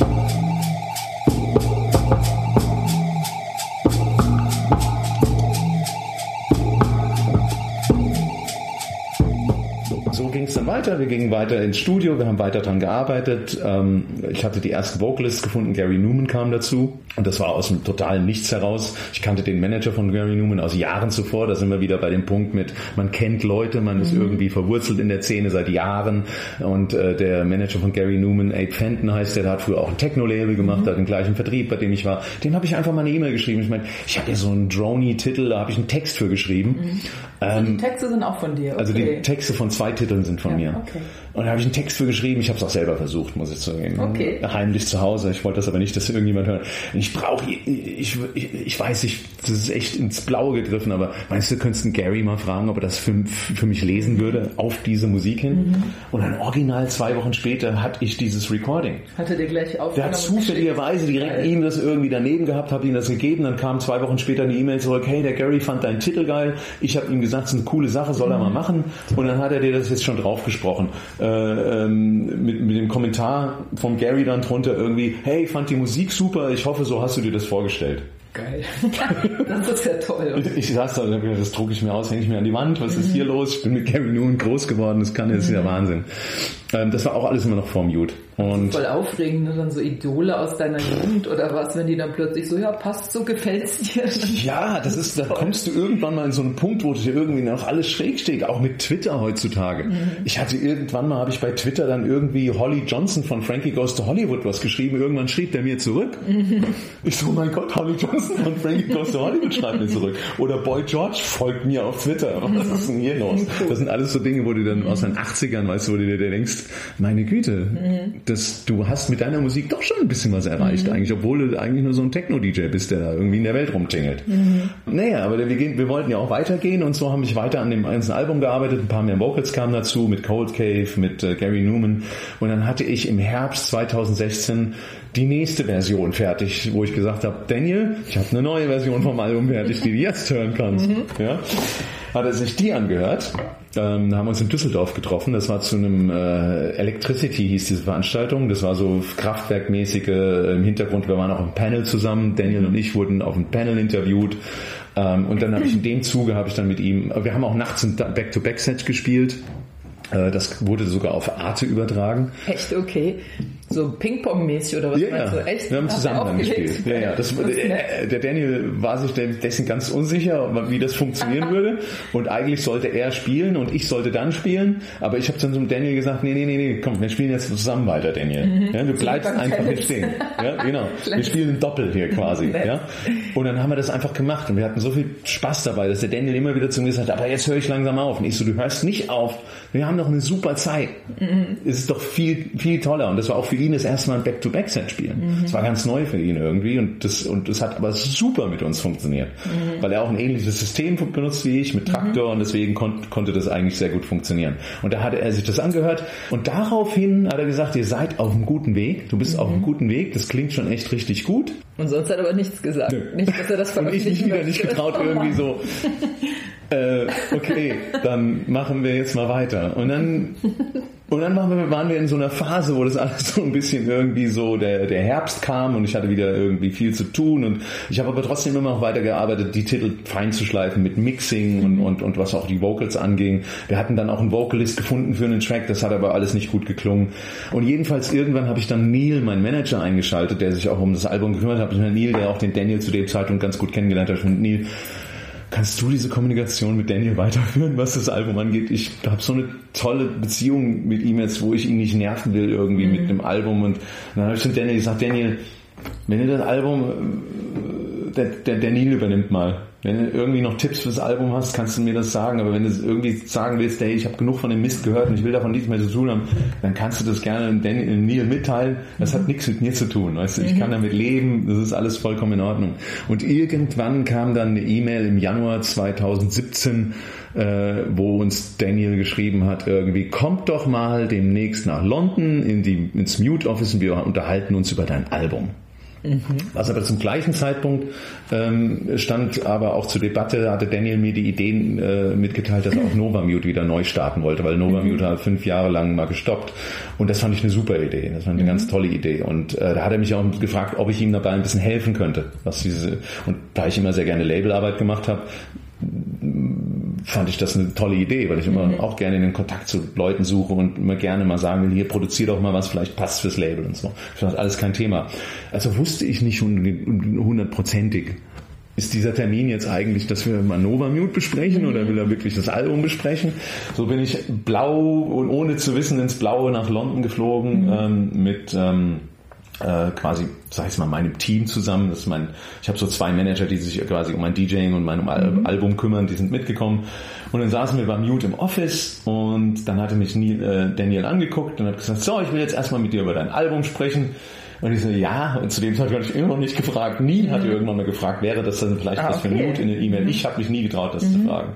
So ging es dann weiter. Wir gingen weiter ins Studio, wir haben weiter dran gearbeitet. Ich hatte die ersten Vocalists gefunden, Gary Numan kam dazu und das war aus dem totalen Nichts heraus. Ich kannte den Manager von Gary Numan aus Jahren zuvor, da sind wir wieder bei dem Punkt mit, man kennt Leute, man ist irgendwie verwurzelt in der Szene seit Jahren und der Manager von Gary Numan, Abe Fenton heißt der hat früher auch ein Techno-Label gemacht, hat den gleichen Vertrieb, bei dem ich war. Dem habe ich einfach mal eine E-Mail geschrieben. Ich meine, ich habe hier so einen Drony-Titel, da habe ich einen Text für geschrieben. Also die Texte sind auch von dir? Okay. Also die Texte von 2 Titeln sind von mir. Okay. Und da habe ich einen Text für geschrieben. Ich habe es auch selber versucht, muss ich zugeben. Okay. Heimlich zu Hause. Ich wollte das aber nicht, dass irgendjemand hört. Ich weiß, das ist echt ins Blaue gegriffen, aber meinst du, könntest du Gary mal fragen, ob er das für mich lesen würde, auf diese Musik hin? Und dann original 2 Wochen später hatte ich dieses Recording. Hatte der gleich aufgenommen? Der hat zufälligerweise direkt ihm das irgendwie daneben gehabt, habe ihm das gegeben, dann kam 2 Wochen später eine E-Mail zurück, hey, der Gary fand deinen Titel geil, ich habe ihm gesagt, es ist eine coole Sache, soll er mal machen, und dann hat er dir das jetzt schon drauf gesprochen. Mit dem Kommentar von Gary dann drunter irgendwie, hey, fand die Musik super, ich hoffe, so hast du dir das vorgestellt. Geil. Das ist ja toll. Ich saß da, das drucke ich mir aus, hänge ich mir an die Wand, was ist hier los? Ich bin mit Gary Numan groß geworden, das ist ja Wahnsinn. Das war auch alles immer noch vor Mute. Und voll aufregend, ne? Dann so Idole aus deiner Jugend oder was, wenn die dann plötzlich so, ja, passt so, gefällt's dir? Ja, da kommst du irgendwann mal in so einen Punkt, wo dir irgendwie noch alles schräg steht, auch mit Twitter heutzutage. Ich hatte irgendwann mal, habe ich bei Twitter dann irgendwie Holly Johnson von Frankie Goes to Hollywood was geschrieben, irgendwann schrieb der mir zurück. Ich so, mein Gott, Holly Johnson von Frankie Goes to Hollywood schreibt mir zurück. Oder Boy George folgt mir auf Twitter. Was ist denn hier los? Das sind alles so Dinge, wo du dann aus den 80ern, weißt du, wo du dir denkst, meine Güte, du hast mit deiner Musik doch schon ein bisschen was erreicht eigentlich, obwohl du eigentlich nur so ein Techno-DJ bist, der da irgendwie in der Welt rumtingelt. Naja, aber wir wollten ja auch weitergehen und so haben wir weiter an dem einzelnen Album gearbeitet, ein paar mehr Vocals kamen dazu, mit Cold Cave, mit Gary Numan, und dann hatte ich im Herbst 2016 die nächste Version fertig, wo ich gesagt habe, Daniel, ich habe eine neue Version vom Album fertig, die du jetzt hören kannst. Ja? Hat er sich die angehört. Haben uns in Düsseldorf getroffen. Das war zu einem Electricity hieß diese Veranstaltung. Das war so kraftwerkmäßige im Hintergrund. Wir waren auch im Panel zusammen. Daniel und ich wurden auf dem Panel interviewt. Und dann habe ich in dem Zuge mit ihm, wir haben auch nachts ein Back-to-Back-Set gespielt. Das wurde sogar auf Arte übertragen. Echt? Okay. So Ping-Pong-mäßig oder was meinst du? Echt? Wir haben zusammen dann gespielt. Ja. Der Daniel war sich dessen ganz unsicher, wie das funktionieren würde. Und eigentlich sollte er spielen und ich sollte dann spielen. Aber ich habe dann zum Daniel gesagt, nee, komm, wir spielen jetzt zusammen weiter, Daniel. Ja, du bleibst einfach nicht stehen. Ja, genau. Wir spielen ein Doppel hier quasi. Ja. Und dann haben wir das einfach gemacht. Und wir hatten so viel Spaß dabei, dass der Daniel immer wieder zu mir gesagt hat, aber jetzt höre ich langsam auf. Und ich so, du hörst nicht auf. Wir haben noch eine super Zeit. Es ist doch viel, viel toller. Und das war auch für ihn das erste Mal ein Back-to-Back-Set spielen. Das war ganz neu für ihn irgendwie. Und das hat aber super mit uns funktioniert. Weil er auch ein ähnliches System benutzt wie ich, mit Traktor. Und deswegen konnte das eigentlich sehr gut funktionieren. Und da hatte er sich das angehört. Und daraufhin hat er gesagt, ihr seid auf einem guten Weg. Du bist auf einem guten Weg. Das klingt schon echt richtig gut. Und sonst hat er aber nichts gesagt. Nö. Nicht, dass er das veröffentlichen Und ich mich wieder nicht getraut, irgendwie so... okay, dann machen wir jetzt mal weiter. Und dann waren wir in so einer Phase, wo das alles so ein bisschen irgendwie so, der Herbst kam und ich hatte wieder irgendwie viel zu tun und ich habe aber trotzdem immer noch weitergearbeitet, die Titel fein zu schleifen mit Mixing und was auch die Vocals anging. Wir hatten dann auch einen Vocalist gefunden für einen Track, das hat aber alles nicht gut geklungen. Und jedenfalls irgendwann habe ich dann Neil, meinen Manager, eingeschaltet, der sich auch um das Album gekümmert hat. Neil, der auch den Daniel zu dem Zeitpunkt ganz gut kennengelernt hat. Und Neil, kannst du diese Kommunikation mit Daniel weiterführen, was das Album angeht? Ich habe so eine tolle Beziehung mit ihm jetzt, wo ich ihn nicht nerven will irgendwie mit dem Album. Und dann habe ich zu Daniel gesagt, Daniel, wenn du das Album der Neil übernimmt mal. Wenn du irgendwie noch Tipps fürs Album hast, kannst du mir das sagen. Aber wenn du irgendwie sagen willst, hey, ich habe genug von dem Mist gehört und ich will davon nichts mehr zu tun haben, dann kannst du das gerne Neil mitteilen. Das hat nichts mit mir zu tun. Weißt du, ich kann damit leben. Das ist alles vollkommen in Ordnung. Und irgendwann kam dann eine E-Mail im Januar 2017, wo uns Daniel geschrieben hat, irgendwie, kommt doch mal demnächst nach London ins Mute Office und wir unterhalten uns über dein Album. Was aber zum gleichen Zeitpunkt stand aber auch zur Debatte, hatte Daniel mir die Ideen mitgeteilt, dass er auch Nova Mute wieder neu starten wollte, weil Nova Mute hat 5 Jahre lang mal gestoppt und das fand ich eine super Idee, das fand ich eine ganz tolle Idee und da hat er mich auch gefragt, ob ich ihm dabei ein bisschen helfen könnte, und da ich immer sehr gerne Labelarbeit gemacht habe, fand ich das eine tolle Idee, weil ich immer auch gerne in den Kontakt zu Leuten suche und immer gerne mal sagen will, hier produzier doch mal was, vielleicht passt fürs Label und so. Ich fand das alles kein Thema. Also wusste ich nicht 100%ig. Ist dieser Termin jetzt eigentlich, dass wir mal Nova Mute besprechen oder will er wirklich das Album besprechen? So bin ich blau und ohne zu wissen ins Blaue nach London geflogen mit quasi, sag ich mal, meinem Team zusammen. Ich habe so 2 Manager, die sich quasi um mein DJing und mein Album kümmern, die sind mitgekommen. Und dann saßen wir bei Mute im Office und dann hatte mich Daniel angeguckt und hat gesagt, so, ich will jetzt erstmal mit dir über dein Album sprechen. Und ich so, ja, und zu dem Zeitpunkt habe ich immer noch nicht gefragt. Neil hatte irgendwann mal gefragt, wäre das dann vielleicht was für Mute in der E-Mail? Ich habe mich nie getraut, das zu fragen.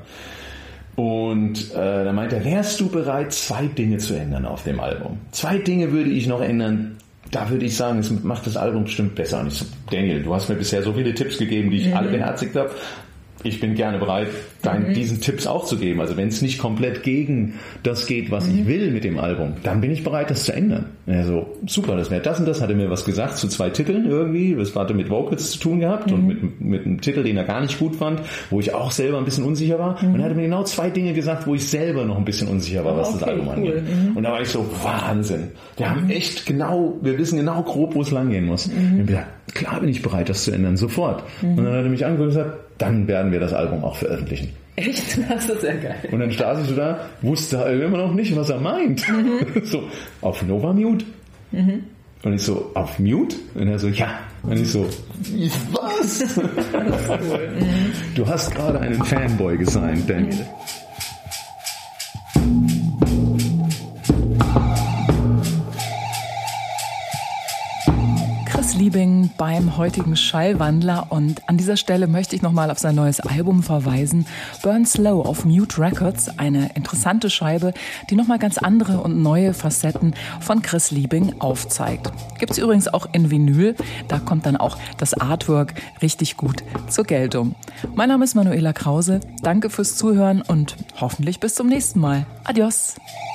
Und da meinte er, wärst du bereit, 2 Dinge zu ändern auf dem Album? 2 Dinge würde ich noch ändern. Da würde ich sagen, es macht das Album bestimmt besser. Und ich so, Daniel, du hast mir bisher so viele Tipps gegeben, die ich alle beherzigt habe. Ich bin gerne bereit, diesen Tipps auch zu geben. Also wenn es nicht komplett gegen das geht, was ich will mit dem Album, dann bin ich bereit, das zu ändern. Also super, das wäre das und das. Hat er mir was gesagt zu 2 Titeln irgendwie. Das hatte mit Vocals zu tun gehabt und mit einem Titel, den er gar nicht gut fand, wo ich auch selber ein bisschen unsicher war. Und er hatte mir genau 2 Dinge gesagt, wo ich selber noch ein bisschen unsicher war, was das Album angeht. Und da war ich so, Wahnsinn. Wir haben echt wir wissen genau grob, wo es lang gehen muss. Und ich gesagt, klar bin ich bereit, das zu ändern, sofort. Und dann hat er mich angeguckt und gesagt, dann werden wir das Album auch veröffentlichen. Echt? Das ist sehr geil. Und dann saß ich so da, wusste immer noch nicht, was er meint. So, auf Nova Mute? Und ich so, auf Mute? Und er so, ja. Und ich so, was? Das ist cool. Du hast gerade einen Fanboy gesigned, Daniel. Liebing beim heutigen Schallwandler und an dieser Stelle möchte ich nochmal auf sein neues Album verweisen, Burn Slow auf Mute Records, eine interessante Scheibe, die nochmal ganz andere und neue Facetten von Chris Liebing aufzeigt. Gibt's übrigens auch in Vinyl, da kommt dann auch das Artwork richtig gut zur Geltung. Mein Name ist Manuela Krause, danke fürs Zuhören und hoffentlich bis zum nächsten Mal. Adios!